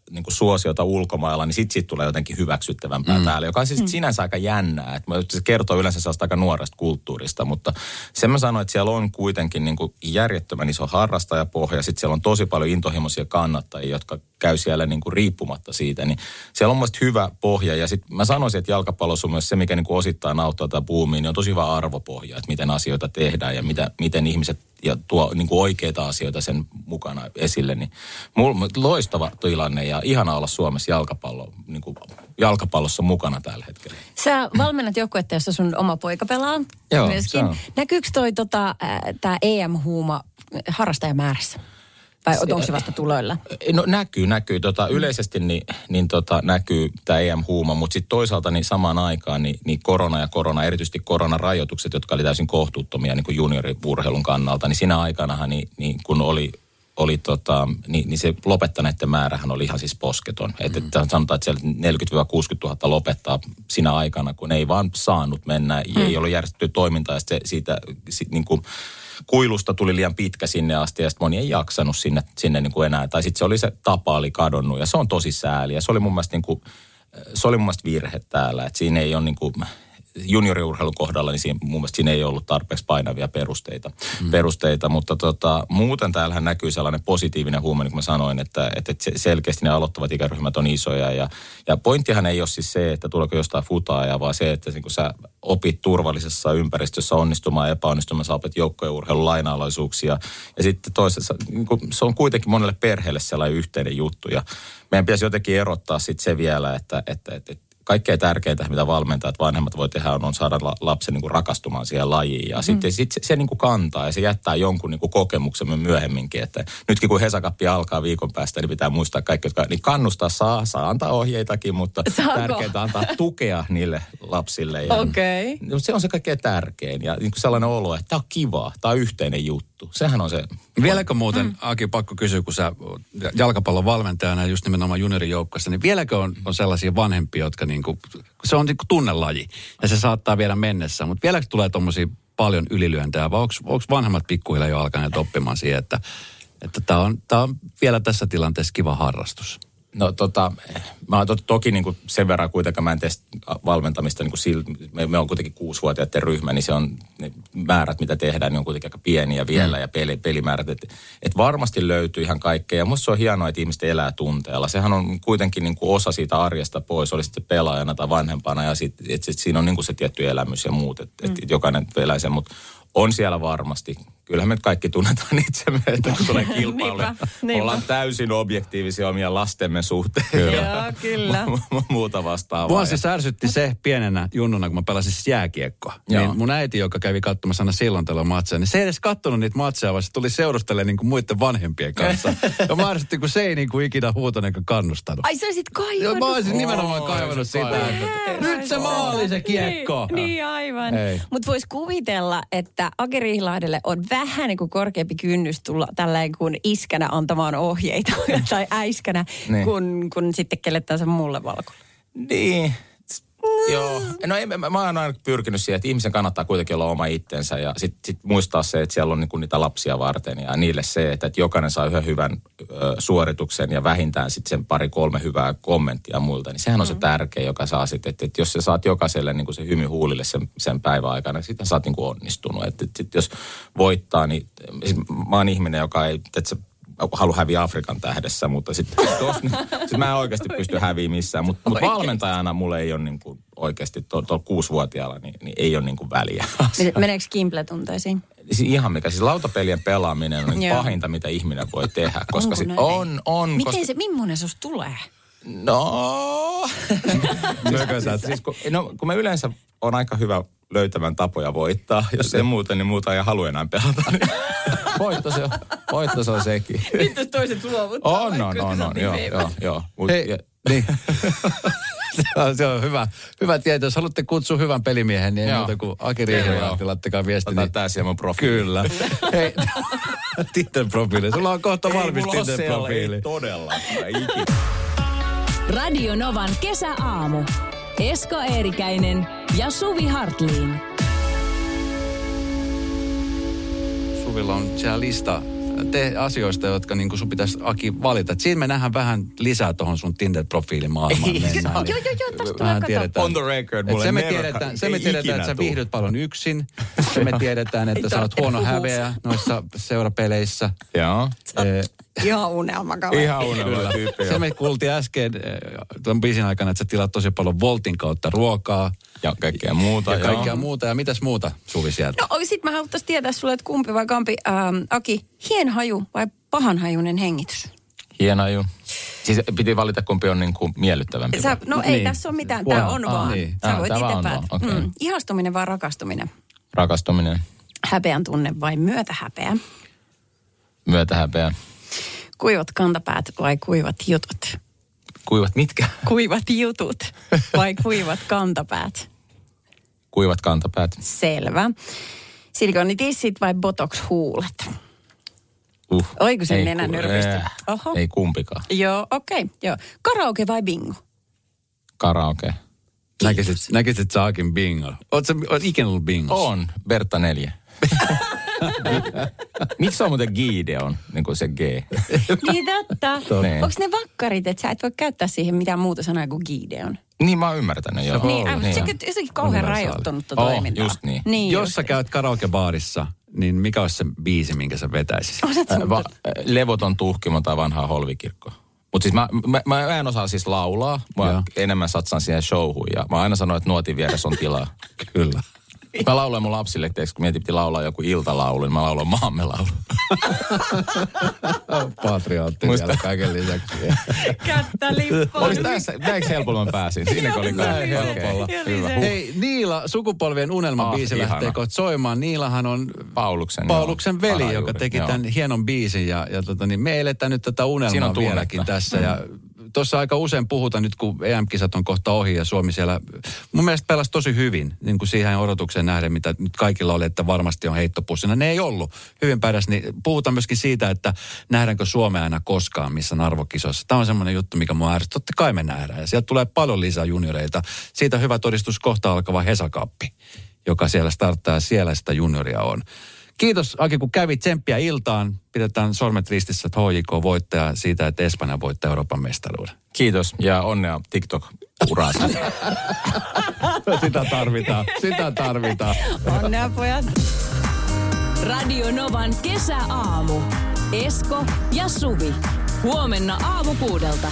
niin kuin suosiota ulkomailla, niin sitten sit tulee jotenkin hyväksyttävämpää mm. täällä, joka on siis mm. sinänsä aika jännää. Että se kertoo yleensä sellaista aika nuoresta kulttuurista, mutta sen mä sanoin, että siellä on kuitenkin niin kuin järjettömän iso harrastajapohja, sitten siellä on tosi paljon intohimoisia kannattajia, jotka käy siellä niin kuin riippumatta siitä, niin siellä on mun mielestä hyvä pohja. Ja sitten mä sanoisin, että jalkapallossa on myös se, mikä niin kuin osittain auttaa tätä buumiin, niin on tosi hyvä arvopohja, että miten asioita tehdään ja mitä, miten ihmiset ja tuo niin kuin oikeita asioita sen mukana esille. Niin mulla loistava tilanne ja ihana olla Suomessa jalkapallo, niin kuin jalkapallossa mukana tällä hetkellä. Sä valmennat joukkuetta, jossa sun oma poika pelaa. Joo, myöskin. Näkyykö toi tota, tämä E M-huuma harrastajamäärässä? Vai onko se vasta tuloilla? No näkyy, näkyy. Tota, yleisesti niin, niin tota, näkyy tämä E M-huuma, mutta sitten toisaalta niin samaan aikaan niin, niin korona ja korona, erityisesti koronarajoitukset, jotka oli täysin kohtuuttomia niin kuin junioriurheilun kannalta, niin siinä aikanahan niin, niin kun oli, oli tota, niin, niin se lopettaneiden määrähän oli ihan siis posketon. Mm. Että et, sanotaan, että siellä neljäkymmentä kuusikymmentä tuhatta lopettaa siinä aikana, kun ei vaan saanut mennä, mm. ei ollut järjestetty toimintaa ja se, siitä sit, niin kuin kuilusta tuli liian pitkä sinne asti ja sitten moni ei jaksanut sinne, sinne niin kuin enää. Tai sitten se oli se tapa oli kadonnut ja se on tosi sääli. Ja se oli mun mielestä, niin kuin, se oli mun mielestä virhe täällä. Että siinä ei ole niin kuin junioriurheilun kohdalla, niin siinä, mun mielestä siinä ei ollut tarpeeksi painavia perusteita. Mm. perusteita mutta tota, muuten täällähän näkyy sellainen positiivinen huuma, niin kuin mä sanoin, että, että selkeästi ne aloittavat ikäryhmät on isoja. Ja, ja pointtihan ei ole siis se, että tuleeko jostain futaajaa, vaan se, että niin kun sä opit turvallisessa ympäristössä onnistumaan ja epäonnistumaan, sä opet joukkojen lainalaisuuksia. Ja sitten toisessa, niin kun, se on kuitenkin monelle perheelle sellainen yhteinen juttu. Ja meidän pitäisi jotenkin erottaa sitten se vielä, että, että, että kaikkein tärkeintä, mitä valmentajat, vanhemmat voi tehdä, on, on saada lapsen niin kuin rakastumaan siihen lajiin. Ja mm. sitten sit se, se niin kuin kantaa ja se jättää jonkun niin kuin kokemuksen myöhemminkin. Että nytkin kun Hesakappi alkaa viikon päästä, niin pitää muistaa kaikki, jotka niin kannustaa saa, saa antaa ohjeitakin, mutta Saako? tärkeintä antaa tukea niille lapsille. Okei. Okay. Se on se kaikkein tärkein ja niin kuin sellainen olo, että tämä on kivaa, tämä on yhteinen juttu. Sehän on se. Vieläkö muuten, mm. Aki, pakko kysyä, kun sä jalkapallon valmentajana just nimenomaan juniorijoukkoissa, niin vieläkö on, on sellaisia vanhempia, jotka niinku, se on niinku tunnelaji ja se saattaa vielä mennessä, mutta vieläkö tulee tommosia paljon ylilyöntejä vai onko vanhemmat pikkuhiljaa jo alkaneet oppimaan siihen, että että tämä on, tää on vielä tässä tilanteessa kiva harrastus? No tota, mä oon to, toki niin kuin sen verran kuitenkaan, mä en tee valmentamista, niin kuin sil, me, me on kuitenkin kuusivuotiaiden ryhmä, niin se on, ne määrät mitä tehdään, niin on kuitenkin aika pieniä vielä mm. ja peli, pelimäärät, että et varmasti löytyy ihan kaikkea. Ja musta se on hienoa, että ihmiset elää tunteella. Sehän on kuitenkin niin kuin osa siitä arjesta pois, oli sitten pelaajana tai vanhempana ja sit, et, et siinä on niin kuin se tietty elämys ja muut, että mm. et jokainen elää sen, mutta on siellä varmasti. Kyllähän me kaikki tunnetaan itsemme, että kun tulee kilpailuja. Ollaan täysin objektiivisia omia lastemme suhteen. Joo, kyllä. Muuta vastaavaa. Mua siis ärsytti se pienenä junnuna, kun mä pelasin siis jääkiekkoa. Niin mun äiti, joka kävi katsomassa aina silloin tällä matseja, niin se ei edes kattonut niitä matseja, vaan se tuli seurustelemaan niin kuin muiden vanhempien kanssa. Ja mä ärsytti, kun se ei niin kuin ikinä huutanut eikä kannustanut. Ai sä olisit kaivannut? Joo, mä olisin nimenomaan kaivannut sitä. Nyt se maali se kiekko. Niin, niin aivan. Mutta vois kuvitella, että Aki Riihilahdelle on vähän niin kuin korkeampi kynnys tulla tällainen kuin iskänä antamaan ohjeita tai äiskänä, niin. kun, kun sitten kellettänsä mulle valkolle. Niin. Joo. No ei, mä, mä oon aina pyrkinyt siihen, että ihmisen kannattaa kuitenkin olla oma itsensä ja sitten sit muistaa se, että siellä on niinku niitä lapsia varten ja niille se, että, että jokainen saa yhden hyvän ö, suorituksen ja vähintään sitten sen pari-kolme hyvää kommenttia muilta. Niin sehän on mm. se tärkeä, joka saa sitten, että, että jos sä saat jokaiselle niinku se hymy huulille sen, sen päivän aikana, niin sitten sä oot niinku onnistunut. Että, että sit jos voittaa, niin mä oon ihminen, joka ei, että halua häviä Afrikan tähdessä, mutta sitten sit mä en oikeasti pysty häviämään missään. Mutta mut valmentajana mulla ei ole niinku oikeasti tuolla to, kuusivuotiaalla, niin, niin ei ole niinku väliä. Meneekö Kimple-tunteisiin? Siis ihan mikä, siis lautapelien pelaaminen on niin pahinta, mitä ihminen voi tehdä. Koska sit on, on. Miten koska... se, millainen susta tulee? No, siis, kun, no, kun mä yleensä on aika hyvä löytämään tapoja voittaa. Jos ei muuten, niin muuta ei halua enää pelata. Niin voitto, se on, voitto se on sekin. Nyt jos toiset luovuttaa. On, on, on, on, joo, joo, joo. Mut, Hei, ja, niin. se, on, se on hyvä. Hyvä tieto. Jos haluatte kutsua hyvän pelimiehen, niin ei muuta kuin Aki Riihilähti, laittakaa viesti. Otan tää siellä mun profiili. Kyllä. Hei, Tinder-profiili. Sulla on kohta valmis Tinder-profiili. Ei todellakaan, ikinä. Radio Novan kesäaamu. Esko Eerikäinen ja Suvi Hartliin. Suvilla on siellä lista te asioista, jotka niin kuin sun pitäisi, Aki, valita. Et siinä me nähdään vähän lisää tuohon sun Tinder-profiilimaailmaan mennään. Joo, joo, joo, tästä tulee kato. Tiedetään, on the record, mulle se me never, tiedetään, se me tiedetään että sä tuu. viihdyt paljon yksin. Se me tiedetään, että sä oot huono häveä noissa seurapeleissä. Joo. Ihan unelmakaveri. Ihan unelmakaveri. Se me kuultiin äsken tuon biisin aikana, että sä tilaat tosi paljon Voltin kautta ruokaa. Ja kaikkea muuta. Ja kaikkea muuta. Ja mitäs muuta, Suvi, sieltä? No sit mä haluaisin tietää sulle, että kumpi vai kampi, ähm, Aki, hienhaju vai pahanhajuinen hengitys? Hienhaju. Siis piti valita, kumpi on niin kuin miellyttävämpi. Sä, no ei niin. tässä ole mitään, tää on ah, vaan. niin. Sä ah, voit itse päättää. Okay. Mm. Ihastuminen vai rakastuminen? Rakastuminen. Häpeän tunne vai myötähäpeä? Myötähäpeä. Kuivat kantapäät vai kuivat jutut? Kuivat mitkä? Kuivat jutut vai kuivat kantapäät? Kuivat kantapäät. Selvä. Silikonitissit vai botox-huulet? Uh, Oiko sen ei nenän ku- nyrkistä? eh, Oho. Ei kumpikaan. Joo, okei. Okay, joo. Karaoke vai bingo? Karaoke. Näkisit, näkisit sä Akin bingo. Oot sä oot ikinä ollut bingossa? On. Bertta neljä. Miksi on muuten Gideon, niin kuin se G? Niin totta. Niin. Onko ne vakkarit, että sä et voi käyttää siihen mitään muuta sanaa kuin Gideon? Niin mä oon ymmärtänyt, joo. Niin, aivan. niin. Se on jotenkin kauhean rajoittunutta Oh, toimintaa. just niin. niin Jos just. sä käyt karaokebaarissa, niin mikä olisi se biisi, minkä sä vetäisit? Äh, va- levoton tuhkimo tai vanhaa holvikirkko. Mutta siis mä, mä, mä en osaa siis laulaa. Mä Joo. enemmän satsaan siihen showhun. Ja mä aina sanon, että nuotin vieressä on tilaa. Kyllä. Mä laulan mun lapsille, että kun mietin, piti laulaa joku iltalaulu, niin mä laulan maamme laulu. Patriotti Muista- vielä kaiken lisäksi. Kättä lippoon. Olis tässä, näinkö helpolla mä pääsin? Siinäkö oli Näin helpolla. Hyvä. Hei, Niila, sukupolvien unelmabiisi Ah, lähtee ihana. kohta soimaan. Niilahan on Pauluksen, Pauluksen joo. veli, Parajuuri, joka teki joo. tämän hienon biisin. Ja, ja tota, niin me eletään nyt tätä Siinä unelmaa on tunnetta. vieläkin tässä. Ja tuossa aika usein puhutaan nyt, kun E M-kisat on kohta ohi ja Suomi siellä mun mielestä pelasi tosi hyvin. Niin kuin siihen odotukseen nähden, mitä nyt kaikilla oli, että varmasti on heittopussina. Ne ei ollut hyvin pärjäs. Niin puhutaan myöskin siitä, että nähdäänkö Suomea aina koskaan missään arvokisoissa. Tämä on semmoinen juttu, mikä mua ärsyttää. Totta kai me nähdään. Ja sieltä tulee paljon lisää junioreita. Siitä hyvä todistus kohta alkava Hesakappi, joka siellä starttaa. Siellä sitä junioria on. Kiitos Aki, kun kävit, tsemppiä iltaan. Pidetään sormet ristissä, että H J K voittaa siitä, että Espanja voittaa Euroopan mestaruuden. Kiitos ja onnea TikTok-uraasi. Sitä tarvitaan, sitä tarvitaan. Onnea pojat. Radio Novan kesäaamu. Esko ja Suvi. Huomenna aamu kuudelta.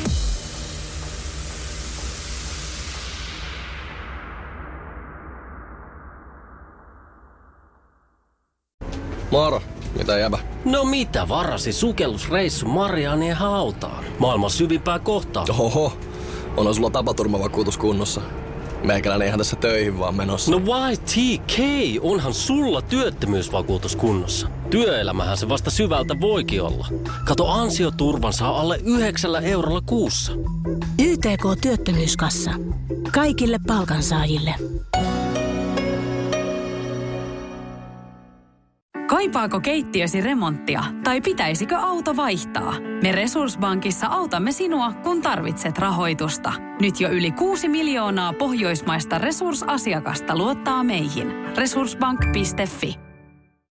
Moro, mitä jäbä? No mitä varasi sukellusreissu Marianien hautaan? Maailman syvimpää kohtaa. Oho, onhan sulla tapaturmavakuutus kunnossa. Meikäläinen ihan tässä töihin vaan menossa. No Y T K, onhan sulla työttömyysvakuutus kunnossa. Työelämähän se vasta syvältä voikin olla. Kato, ansioturvan saa alle yhdeksällä eurolla kuussa. Y T K Työttömyyskassa. Kaikille palkansaajille. Kaipaako keittiösi remonttia tai pitäisikö auto vaihtaa? Me Resurssbankissa autamme sinua, kun tarvitset rahoitusta. Nyt jo yli kuusi miljoonaa pohjoismaista resursasiakasta luottaa meihin. resurssbank piste fi